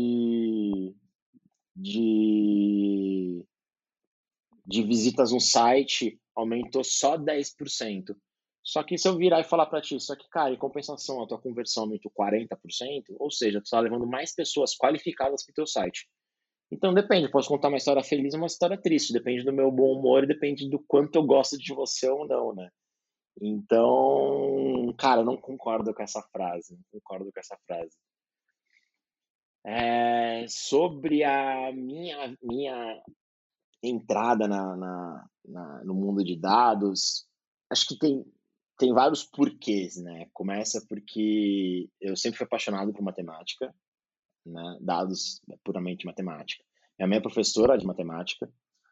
de, de visitas no site aumentou só 10%. Só que se eu virar e falar para ti, só que, cara, em compensação, a tua conversão aumentou 40%, ou seja, tu está levando mais pessoas qualificadas para o teu site. Então depende, posso contar uma história feliz ou uma história triste, depende do meu bom humor e depende do quanto eu gosto de você ou não, né? Então, cara, eu não concordo com essa frase, não concordo com essa frase. Sobre a minha entrada no mundo de dados, acho que tem vários porquês, né? Começa porque eu sempre fui apaixonado por matemática, né? Dados é puramente matemática. Minha mãe é professora de matemática,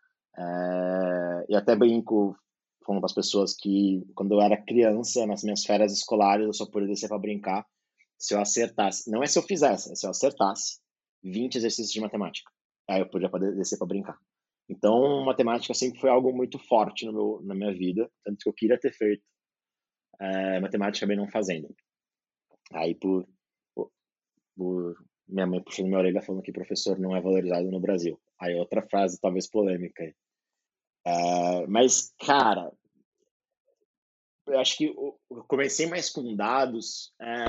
e até brinco falando para as pessoas que quando eu era criança, nas minhas férias escolares, eu só podia descer para brincar se eu acertasse. Não é se eu fizesse, é se eu acertasse 20 exercícios de matemática. Aí eu podia descer para brincar. Então, matemática sempre foi algo muito forte na minha vida, tanto que eu queria ter feito matemática bem não fazendo. Aí, por minha mãe puxando minha orelha falando que professor não é valorizado no Brasil. Aí outra frase talvez polêmica. Mas, cara, eu acho que eu comecei mais com dados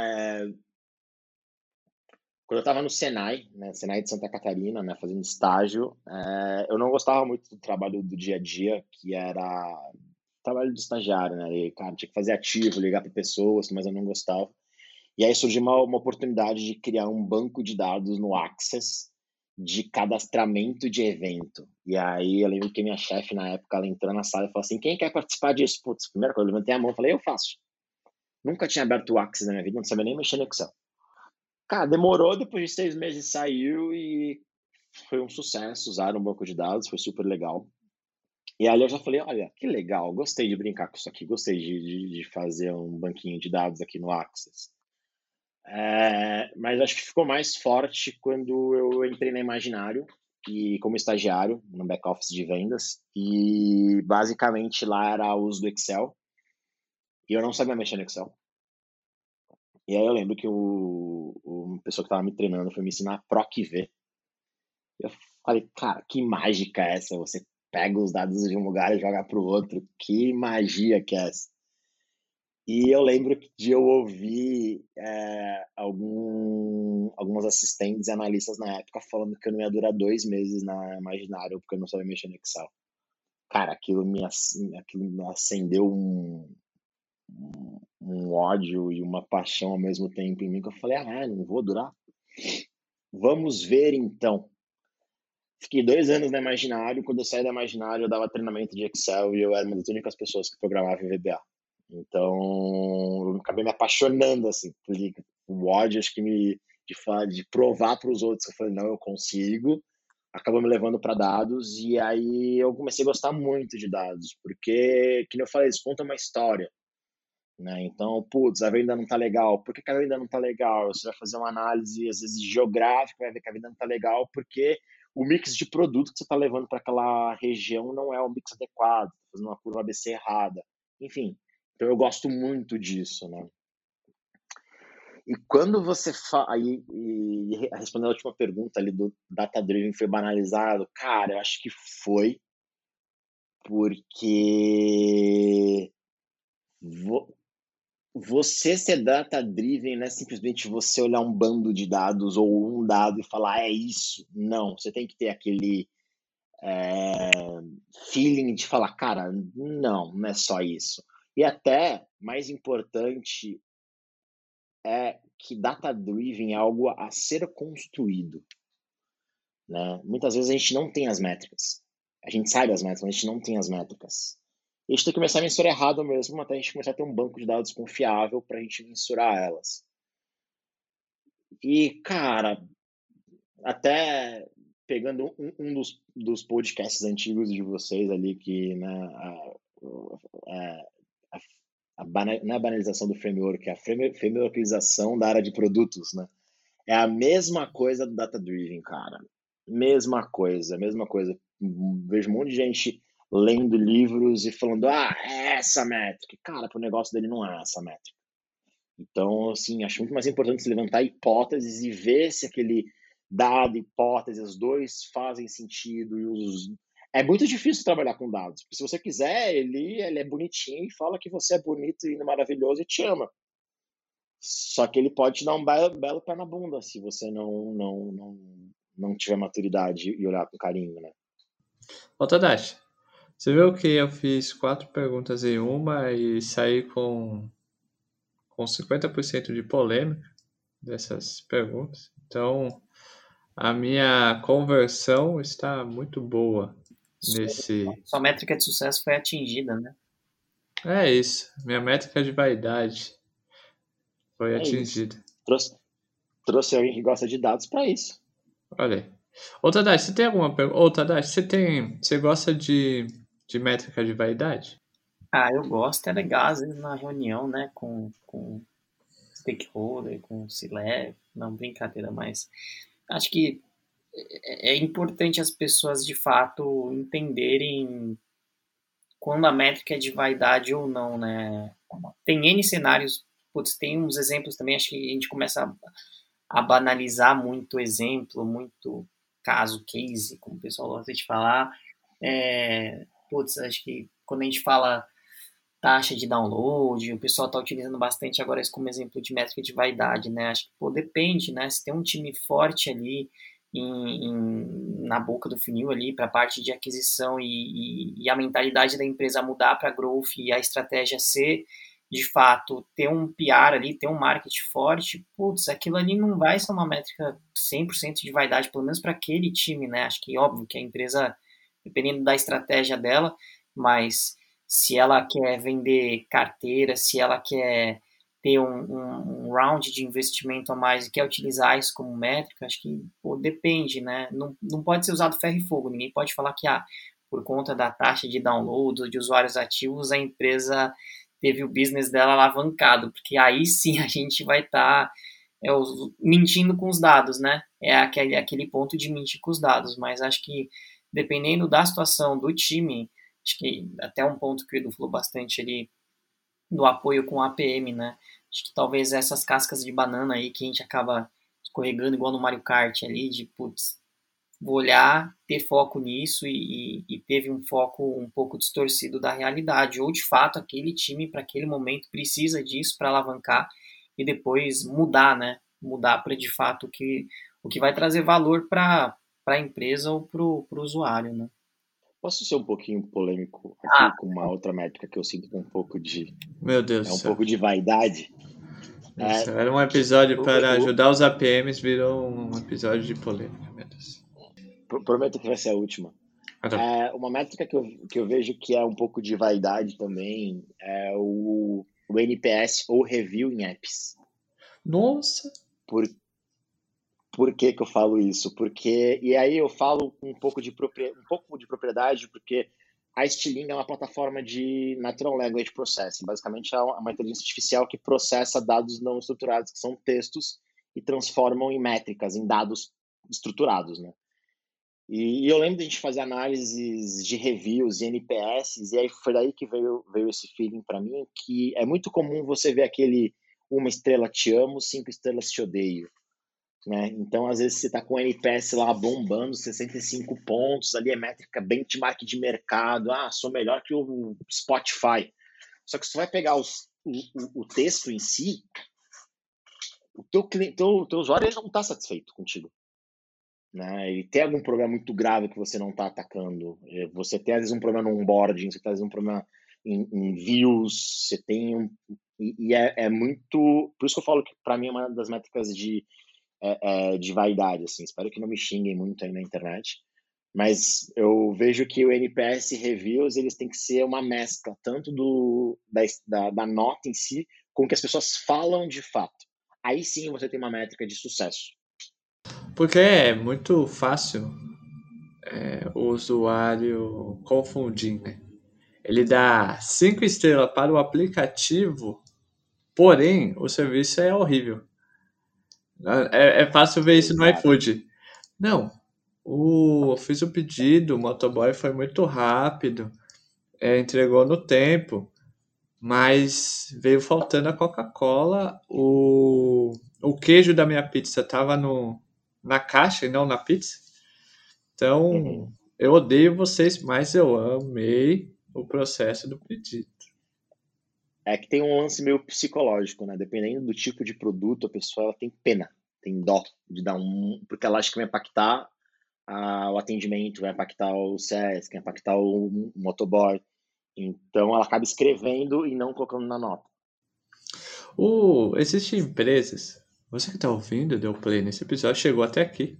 quando eu estava no Senai, né, Senai de Santa Catarina, né, fazendo estágio. Eu não gostava muito do trabalho do dia a dia, que era trabalho de estagiário, né? E, cara, tinha que fazer ativo, ligar para pessoas, mas eu não gostava. E aí surgiu uma oportunidade de criar um banco de dados no Access de cadastramento de evento. E aí eu lembro que minha chefe, na época, ela entrou na sala e falou assim, quem quer participar disso? Putz, primeira coisa, eu levantei a mão e falei, eu faço. Nunca tinha aberto o Access na minha vida, não sabia nem mexer no Excel. Cara, demorou, depois de 6 meses saiu e foi um sucesso, usaram um banco de dados, foi super legal. E aí eu já falei, olha, que legal, gostei de brincar com isso aqui, gostei de fazer um banquinho de dados aqui no Access. Mas acho que ficou mais forte quando eu entrei na Imaginário e como estagiário no back-office de vendas. E basicamente lá era o uso do Excel. E eu não sabia mexer no Excel. E aí eu lembro que uma pessoa que estava me treinando foi me ensinar PROC-V. Eu falei, cara, que mágica é essa? Você pega os dados de um lugar e joga para o outro. Que magia que é essa? E eu lembro de eu ouvir algumas assistentes e analistas na época falando que eu não ia durar 2 meses na Imaginário porque eu não sabia mexer no Excel. Cara, aquilo me acendeu um ódio e uma paixão ao mesmo tempo em mim, que eu falei, não vou durar. Vamos ver então. Fiquei 2 anos na Imaginário. Quando eu saí da Imaginário, eu dava treinamento de Excel e eu era uma das únicas pessoas que programava em VBA. Então, eu acabei me apaixonando, assim, por o ódio, acho que de provar para os outros. Eu falei, não, eu consigo. Acabou me levando para dados e aí eu comecei a gostar muito de dados, porque, que nem eu falei, eles contam uma história, né? Então, putz, a venda não tá legal. Por que a venda não tá legal? Você vai fazer uma análise, às vezes, geográfica, vai ver que a venda não tá legal, porque o mix de produto que você está levando para aquela região não é o mix adequado, tá fazendo uma curva ABC errada. Enfim, então eu gosto muito disso, né? E quando você e respondendo a última pergunta ali do data driven foi banalizado, cara, eu acho que foi porque você ser data driven não é simplesmente você olhar um bando de dados ou um dado e falar é isso. Não, você tem que ter aquele feeling de falar, cara, não é só isso. E até mais importante é que data-driven é algo a ser construído, né? Muitas vezes a gente não tem as métricas. A gente sabe as métricas, mas a gente não tem as métricas. E a gente tem que começar a mensurar errado mesmo, até a gente começar a ter um banco de dados confiável para a gente mensurar elas. E, cara, até pegando um dos podcasts antigos de vocês ali, que, né, não é a banalização do framework, é a frameworkização da área de produtos, né? É a mesma coisa do Data Driven, cara. Mesma coisa, mesma coisa. Vejo um monte de gente lendo livros e falando, é essa métrica. Cara, pro negócio dele não é essa métrica. Então, assim, acho muito mais importante se levantar hipóteses e ver se aquele dado, hipótese, os dois fazem sentido. É muito difícil trabalhar com dados. Porque se você quiser, ele é bonitinho e fala que você é bonito e maravilhoso e te ama. Só que ele pode te dar um belo pé na bunda se você não tiver maturidade e olhar com carinho, né? Ô, Tadashi, você viu que eu fiz 4 perguntas em uma e saí com 50% de polêmica dessas perguntas. Então, a minha conversão está muito boa nesse... Sua métrica de sucesso foi atingida, né? É isso, minha métrica de vaidade foi É isso. atingida. Trouxe alguém que gosta de dados para isso. Olha aí. Ô, Tadashi, você tem alguma pergunta? Ô, Tadashi, você gosta de métrica de vaidade? Ah, eu gosto, é legal, às vezes na reunião, né, com stakeholder, com C-level, não, brincadeira, mas acho que é importante as pessoas de fato entenderem quando a métrica é de vaidade ou não, né? Tem N cenários, putz, tem uns exemplos também, acho que a gente começa a banalizar muito exemplo, muito caso, case, como o pessoal gosta de falar. Putz, acho que quando a gente fala taxa de download, o pessoal está utilizando bastante agora isso como exemplo de métrica de vaidade, né? Acho que, pô, depende, né? Se tem um time forte ali na boca do funil ali para a parte de aquisição e a mentalidade da empresa mudar para growth e a estratégia ser, de fato, ter um PR ali, ter um marketing forte, putz, aquilo ali não vai ser uma métrica 100% de vaidade, pelo menos para aquele time, né? Acho que, óbvio, que a empresa, dependendo da estratégia dela, mas se ela quer vender carteira, se ela quer ter um round de investimento a mais e quer utilizar isso como métrica, acho que pô, depende, né? Não pode ser usado ferro e fogo. Ninguém pode falar que por conta da taxa de download ou de usuários ativos, a empresa teve o business dela alavancado, porque aí sim a gente vai estar mentindo com os dados, né? É aquele ponto de mentir com os dados, mas acho que dependendo da situação do time, acho que até um ponto que o Edu falou bastante ali do apoio com a APM, né? Acho que talvez essas cascas de banana aí que a gente acaba escorregando igual no Mario Kart ali, de putz, vou olhar, ter foco nisso e teve um foco um pouco distorcido da realidade, ou de fato aquele time para aquele momento precisa disso para alavancar e depois mudar, né? Mudar para de fato o que vai trazer valor para a empresa ou para o usuário, né? Posso ser um pouquinho polêmico Ah, aqui com uma outra métrica que eu sinto com Meu Deus do um céu. pouco de vaidade? Meu Deus do É, céu. Era um episódio o, para o, ajudar os APMs, virou um episódio de polêmica, meu Deus. prometo que vai ser a última. Ah, tá. Uma métrica que eu vejo que é um pouco de vaidade também é o NPS ou review em apps. Nossa! Por, por que que eu falo isso? Porque, e aí eu falo um pouco de propriedade, porque a Stiling é uma plataforma de Natural Language Processing. Basicamente, é uma inteligência artificial que processa dados não estruturados, que são textos, e transformam em métricas, em dados estruturados, né? E eu lembro de a gente fazer análises de reviews e NPS, e aí foi daí que veio esse feeling para mim, que é muito comum você ver aquele uma estrela te amo, 5 estrelas te odeio, né? Então, às vezes, você está com o NPS lá bombando, 65 pontos, ali é métrica benchmark de mercado, sou melhor que o Spotify. Só que se você vai pegar o texto em si, o teu usuário ele não está satisfeito contigo. Né? Ele tem algum problema muito grave que você não está atacando. Você tem, às vezes, um problema no onboarding, você tem, às vezes, um problema em views, você tem e é muito... Por isso que eu falo que, para mim, é uma das métricas de vaidade, assim. Espero que não me xinguem muito aí na internet. Mas eu vejo que o NPS Reviews, eles têm que ser uma mescla, tanto da nota em si, com o que as pessoas falam de fato. Aí sim você tem uma métrica de sucesso. Porque é muito fácil o usuário confundir, né? Ele dá 5 estrelas para o aplicativo, porém o serviço é horrível. É fácil ver isso no Exato. iFood. Não, fiz o pedido, o motoboy foi muito rápido, entregou no tempo, mas veio faltando a Coca-Cola, o queijo da minha pizza estava na caixa e não na pizza. Uhum. Então, eu odeio vocês, mas eu amei o processo do pedido. É que tem um lance meio psicológico, né? Dependendo do tipo de produto, a pessoa ela tem pena, tem dó de dar porque ela acha que vai impactar o atendimento, vai impactar o CS, vai impactar o motoboy. Então ela acaba escrevendo e não colocando na nota. Existem empresas. Você que está ouvindo, deu play nesse episódio, chegou até aqui.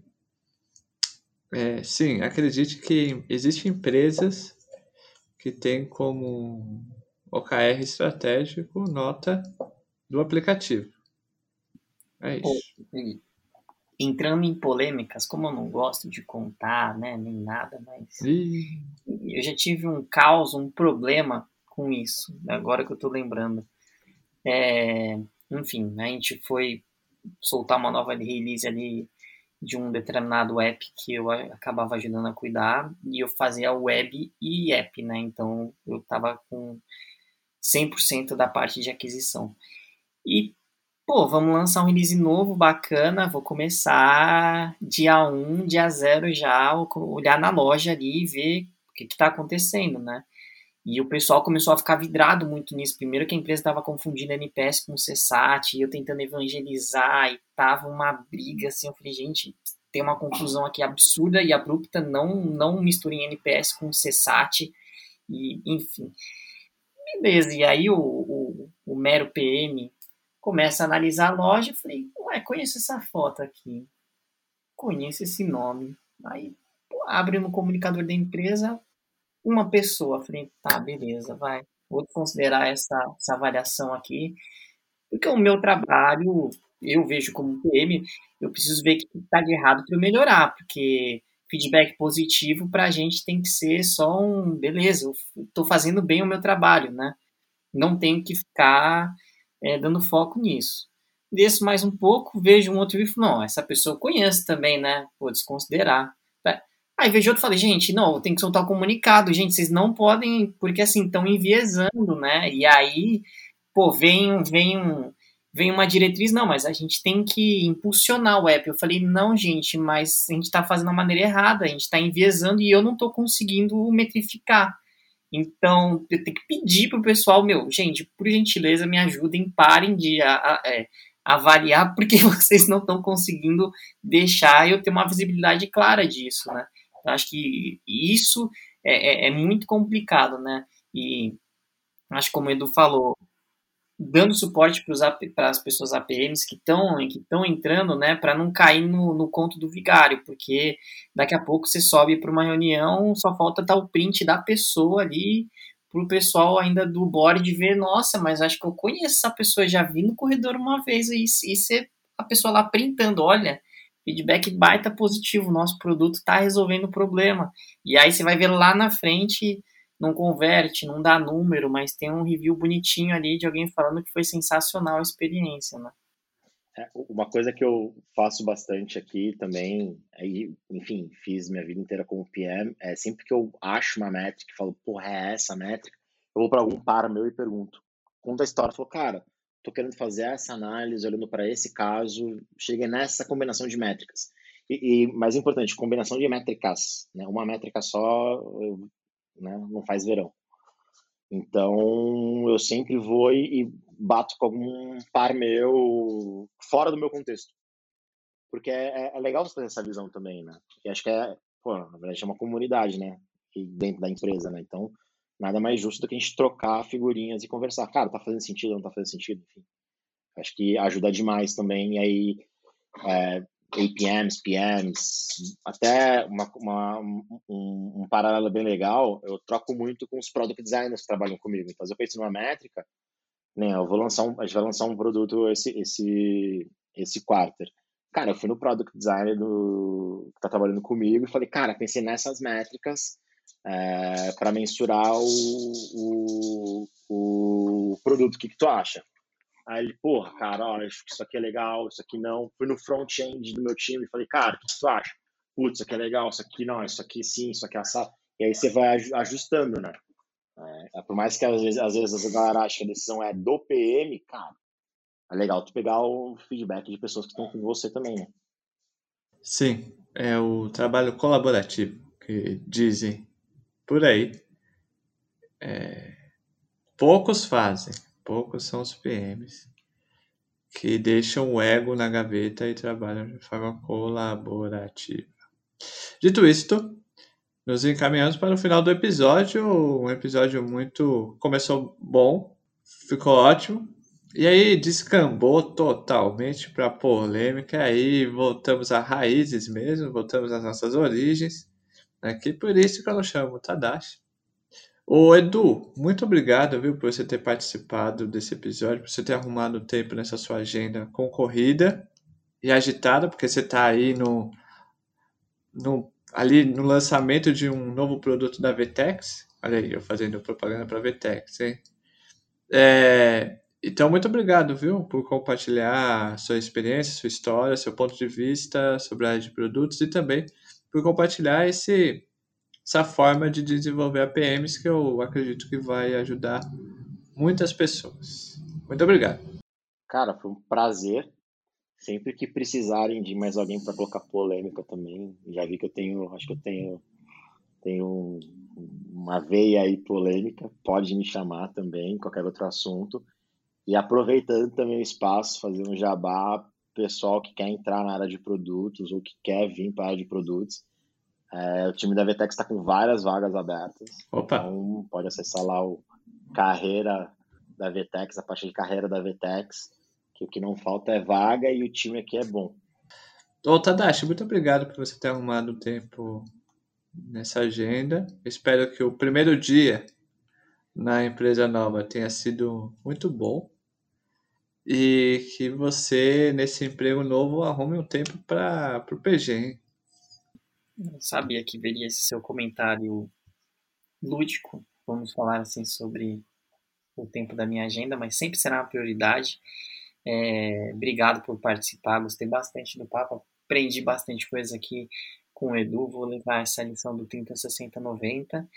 Sim, acredite que existem empresas que têm como OKR estratégico nota do aplicativo. É pô, isso. entrando em polêmicas, como eu não gosto de contar, né, nem nada, mas eu já tive um caos, um problema com isso, agora que eu tô lembrando. Enfim, né, a gente foi soltar uma nova release ali de um determinado app que eu acabava ajudando a cuidar, e eu fazia web e app, né, então eu tava com 100% da parte de aquisição. E, pô, vamos lançar um release novo, bacana, vou começar dia 1, dia 0 já, olhar na loja ali e ver o que está acontecendo, né? E o pessoal começou a ficar vidrado muito nisso. Primeiro que a empresa estava confundindo NPS com CSAT, e eu tentando evangelizar, e tava uma briga, assim, eu falei, gente, tem uma confusão aqui absurda e abrupta, não misturem NPS com CSAT, e enfim. Beleza, e aí o mero PM começa a analisar a loja, eu falei, ué, conheço essa foto aqui, conheço esse nome. Aí pô, abre no comunicador da empresa uma pessoa, eu falei, tá, beleza, vai, vou considerar essa avaliação aqui, porque o meu trabalho, eu vejo como PM, eu preciso ver o que está de errado para eu melhorar, porque feedback positivo para a gente tem que ser só um, beleza, eu estou fazendo bem o meu trabalho, né? Não tenho que ficar dando foco nisso. Desço mais um pouco, vejo um outro e falo, não, essa pessoa eu conheço também, né? Vou desconsiderar. Aí vejo outro e falei, gente, não, eu tenho que soltar o comunicado, gente, vocês não podem, porque assim, estão enviesando, né? E aí, pô, vem uma diretriz, não, mas a gente tem que impulsionar o app. Eu falei, não, gente, mas a gente está fazendo a maneira errada, a gente está enviesando e eu não estou conseguindo metrificar. Então, eu tenho que pedir pro pessoal, meu, gente, por gentileza, me ajudem, parem de avaliar, porque vocês não estão conseguindo deixar eu ter uma visibilidade clara disso, né? Eu acho que isso é muito complicado, né? E acho que como o Edu falou, dando suporte para as pessoas APMs que estão entrando, né, para não cair no conto do vigário, porque daqui a pouco você sobe para uma reunião, só falta dar o print da pessoa ali para o pessoal ainda do board ver, nossa, mas acho que eu conheço essa pessoa, já vi no corredor uma vez, e você, a pessoa lá printando, olha, feedback baita positivo, nosso produto está resolvendo o problema. E aí você vai ver lá na frente, não converte, não dá número, mas tem um review bonitinho ali de alguém falando que foi sensacional a experiência, né? Uma coisa que eu faço bastante aqui também, aí, enfim, fiz minha vida inteira como PM, é sempre que eu acho uma métrica e falo, porra, é essa métrica, eu vou para algum par meu e pergunto. Conta a história, falo, cara, tô querendo fazer essa análise, olhando para esse caso, cheguei nessa combinação de métricas. Mais importante, combinação de métricas, né? Uma métrica só, né, não faz verão. Então, eu sempre vou e bato com algum par meu fora do meu contexto. Porque é legal você ter essa visão também, né? Porque acho que pô, na verdade é uma comunidade, né? Dentro da empresa, né? Então, nada mais justo do que a gente trocar figurinhas e conversar. Cara, tá fazendo sentido, não tá fazendo sentido? Enfim, acho que ajuda demais também. E aí, APMs, PMs, até um paralelo bem legal, eu troco muito com os product designers que trabalham comigo. Então, eu penso numa métrica, né, a gente vai lançar um produto esse quarter. Cara, eu fui no product designer que tá trabalhando comigo e falei, cara, pensei nessas métricas para mensurar o produto. O que tu acha? Aí ele, porra, cara, ó, acho que isso aqui é legal, isso aqui não. Fui no front-end do meu time e falei, cara, o que tu acha? Putz, isso aqui é legal, isso aqui não, isso aqui sim, isso aqui é assado. E aí você vai ajustando, né? Por mais que às vezes a galera acha que a decisão é do PM, cara, é legal tu pegar o feedback de pessoas que estão com você também, né? Sim, é o trabalho colaborativo que dizem por aí. Poucos fazem, poucos são os PMs que deixam o ego na gaveta e trabalham de forma colaborativa. Dito isto, nos encaminhamos para o final do episódio. Um episódio muito. Começou bom, ficou ótimo. E aí descambou totalmente para polêmica. Aí voltamos a raízes mesmo, voltamos às nossas origens. Aqui por isso que eu não chamo Tadashi. Ô Edu, muito obrigado, viu, por você ter participado desse episódio, por você ter arrumado tempo nessa sua agenda concorrida. e agitada, porque você está aí ali no lançamento de um novo produto da Vtex. Olha aí, eu fazendo propaganda para a Vtex, hein? Então, muito obrigado, viu, por compartilhar sua experiência, sua história, seu ponto de vista sobre a área de produtos e também por compartilhar essa forma de desenvolver APMs que eu acredito que vai ajudar muitas pessoas. Muito obrigado. Cara, foi um prazer. Sempre que precisarem de mais alguém para colocar polêmica também, já vi que acho que eu tenho uma veia aí polêmica, pode me chamar também, qualquer outro assunto. E aproveitando também o espaço, fazer um jabá, pessoal que quer entrar na área de produtos ou que quer vir para a área de produtos. O time da Vtex está com várias vagas abertas. Opa. Então pode acessar lá o Carreira da Vtex, a parte de Carreira da Vtex, que o que não falta é vaga e o time aqui é bom. Tadashi, muito obrigado por você ter arrumado o tempo nessa agenda. Espero que o primeiro dia na empresa nova tenha sido muito bom e que você, nesse emprego novo, arrume um tempo para o PG, hein? Eu sabia que veria esse seu comentário lúdico, vamos falar assim, sobre o tempo da minha agenda, mas sempre será uma prioridade. Obrigado por participar, gostei bastante do papo, aprendi bastante coisa aqui com o Edu, vou levar essa lição do 30, 60, 90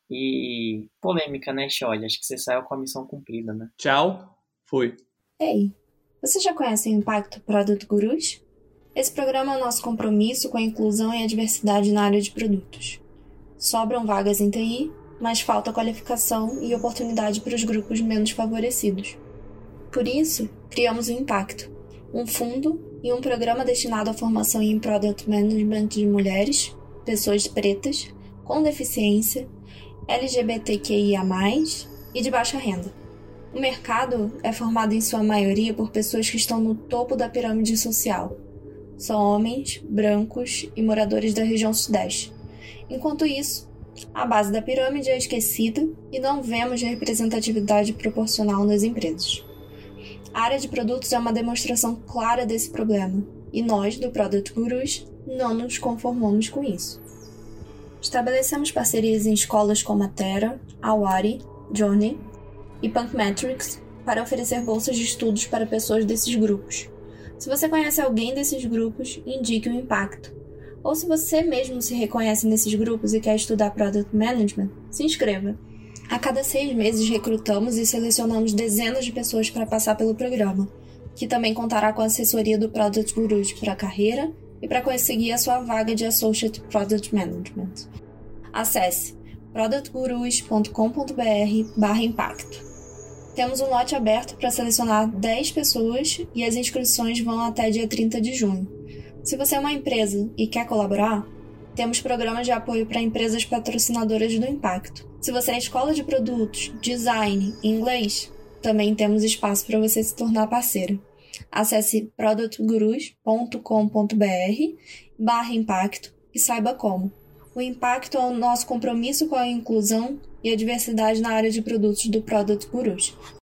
e polêmica, né, Xode? Acho que você saiu com a missão cumprida, né? Tchau, fui. Ei, você já conhece o Impacto Product Gurus? Esse programa é o nosso compromisso com a inclusão e a diversidade na área de produtos. Sobram vagas em TI, mas falta qualificação e oportunidade para os grupos menos favorecidos. Por isso, criamos o Impacto, um fundo e um programa destinado à formação em Product Management de mulheres, pessoas pretas, com deficiência, LGBTQIA+, e de baixa renda. O mercado é formado em sua maioria por pessoas que estão no topo da pirâmide social. São homens, brancos e moradores da região sudeste. Enquanto isso, a base da pirâmide é esquecida e não vemos representatividade proporcional nas empresas. A área de produtos é uma demonstração clara desse problema, e nós, do Product Gurus, não nos conformamos com isso. Estabelecemos parcerias em escolas como a Terra, Awari, Journey e Punkmetrics para oferecer bolsas de estudos para pessoas desses grupos. Se você conhece alguém desses grupos, indique o Impacto. Ou se você mesmo se reconhece nesses grupos e quer estudar Product Management, se inscreva. A cada 6 meses recrutamos e selecionamos dezenas de pessoas para passar pelo programa, que também contará com a assessoria do Product Gurus para a carreira e para conseguir a sua vaga de Associate Product Management. Acesse productgurus.com.br/impacto. Temos um lote aberto para selecionar 10 pessoas e as inscrições vão até dia 30 de junho. Se você é uma empresa e quer colaborar, temos programas de apoio para empresas patrocinadoras do Impacto. Se você é escola de produtos, design e inglês, também temos espaço para você se tornar parceira. Acesse productgurus.com.br/impacto e saiba como. O Impacto é o nosso compromisso com a inclusão e a diversidade na área de produtos do Product Gurus.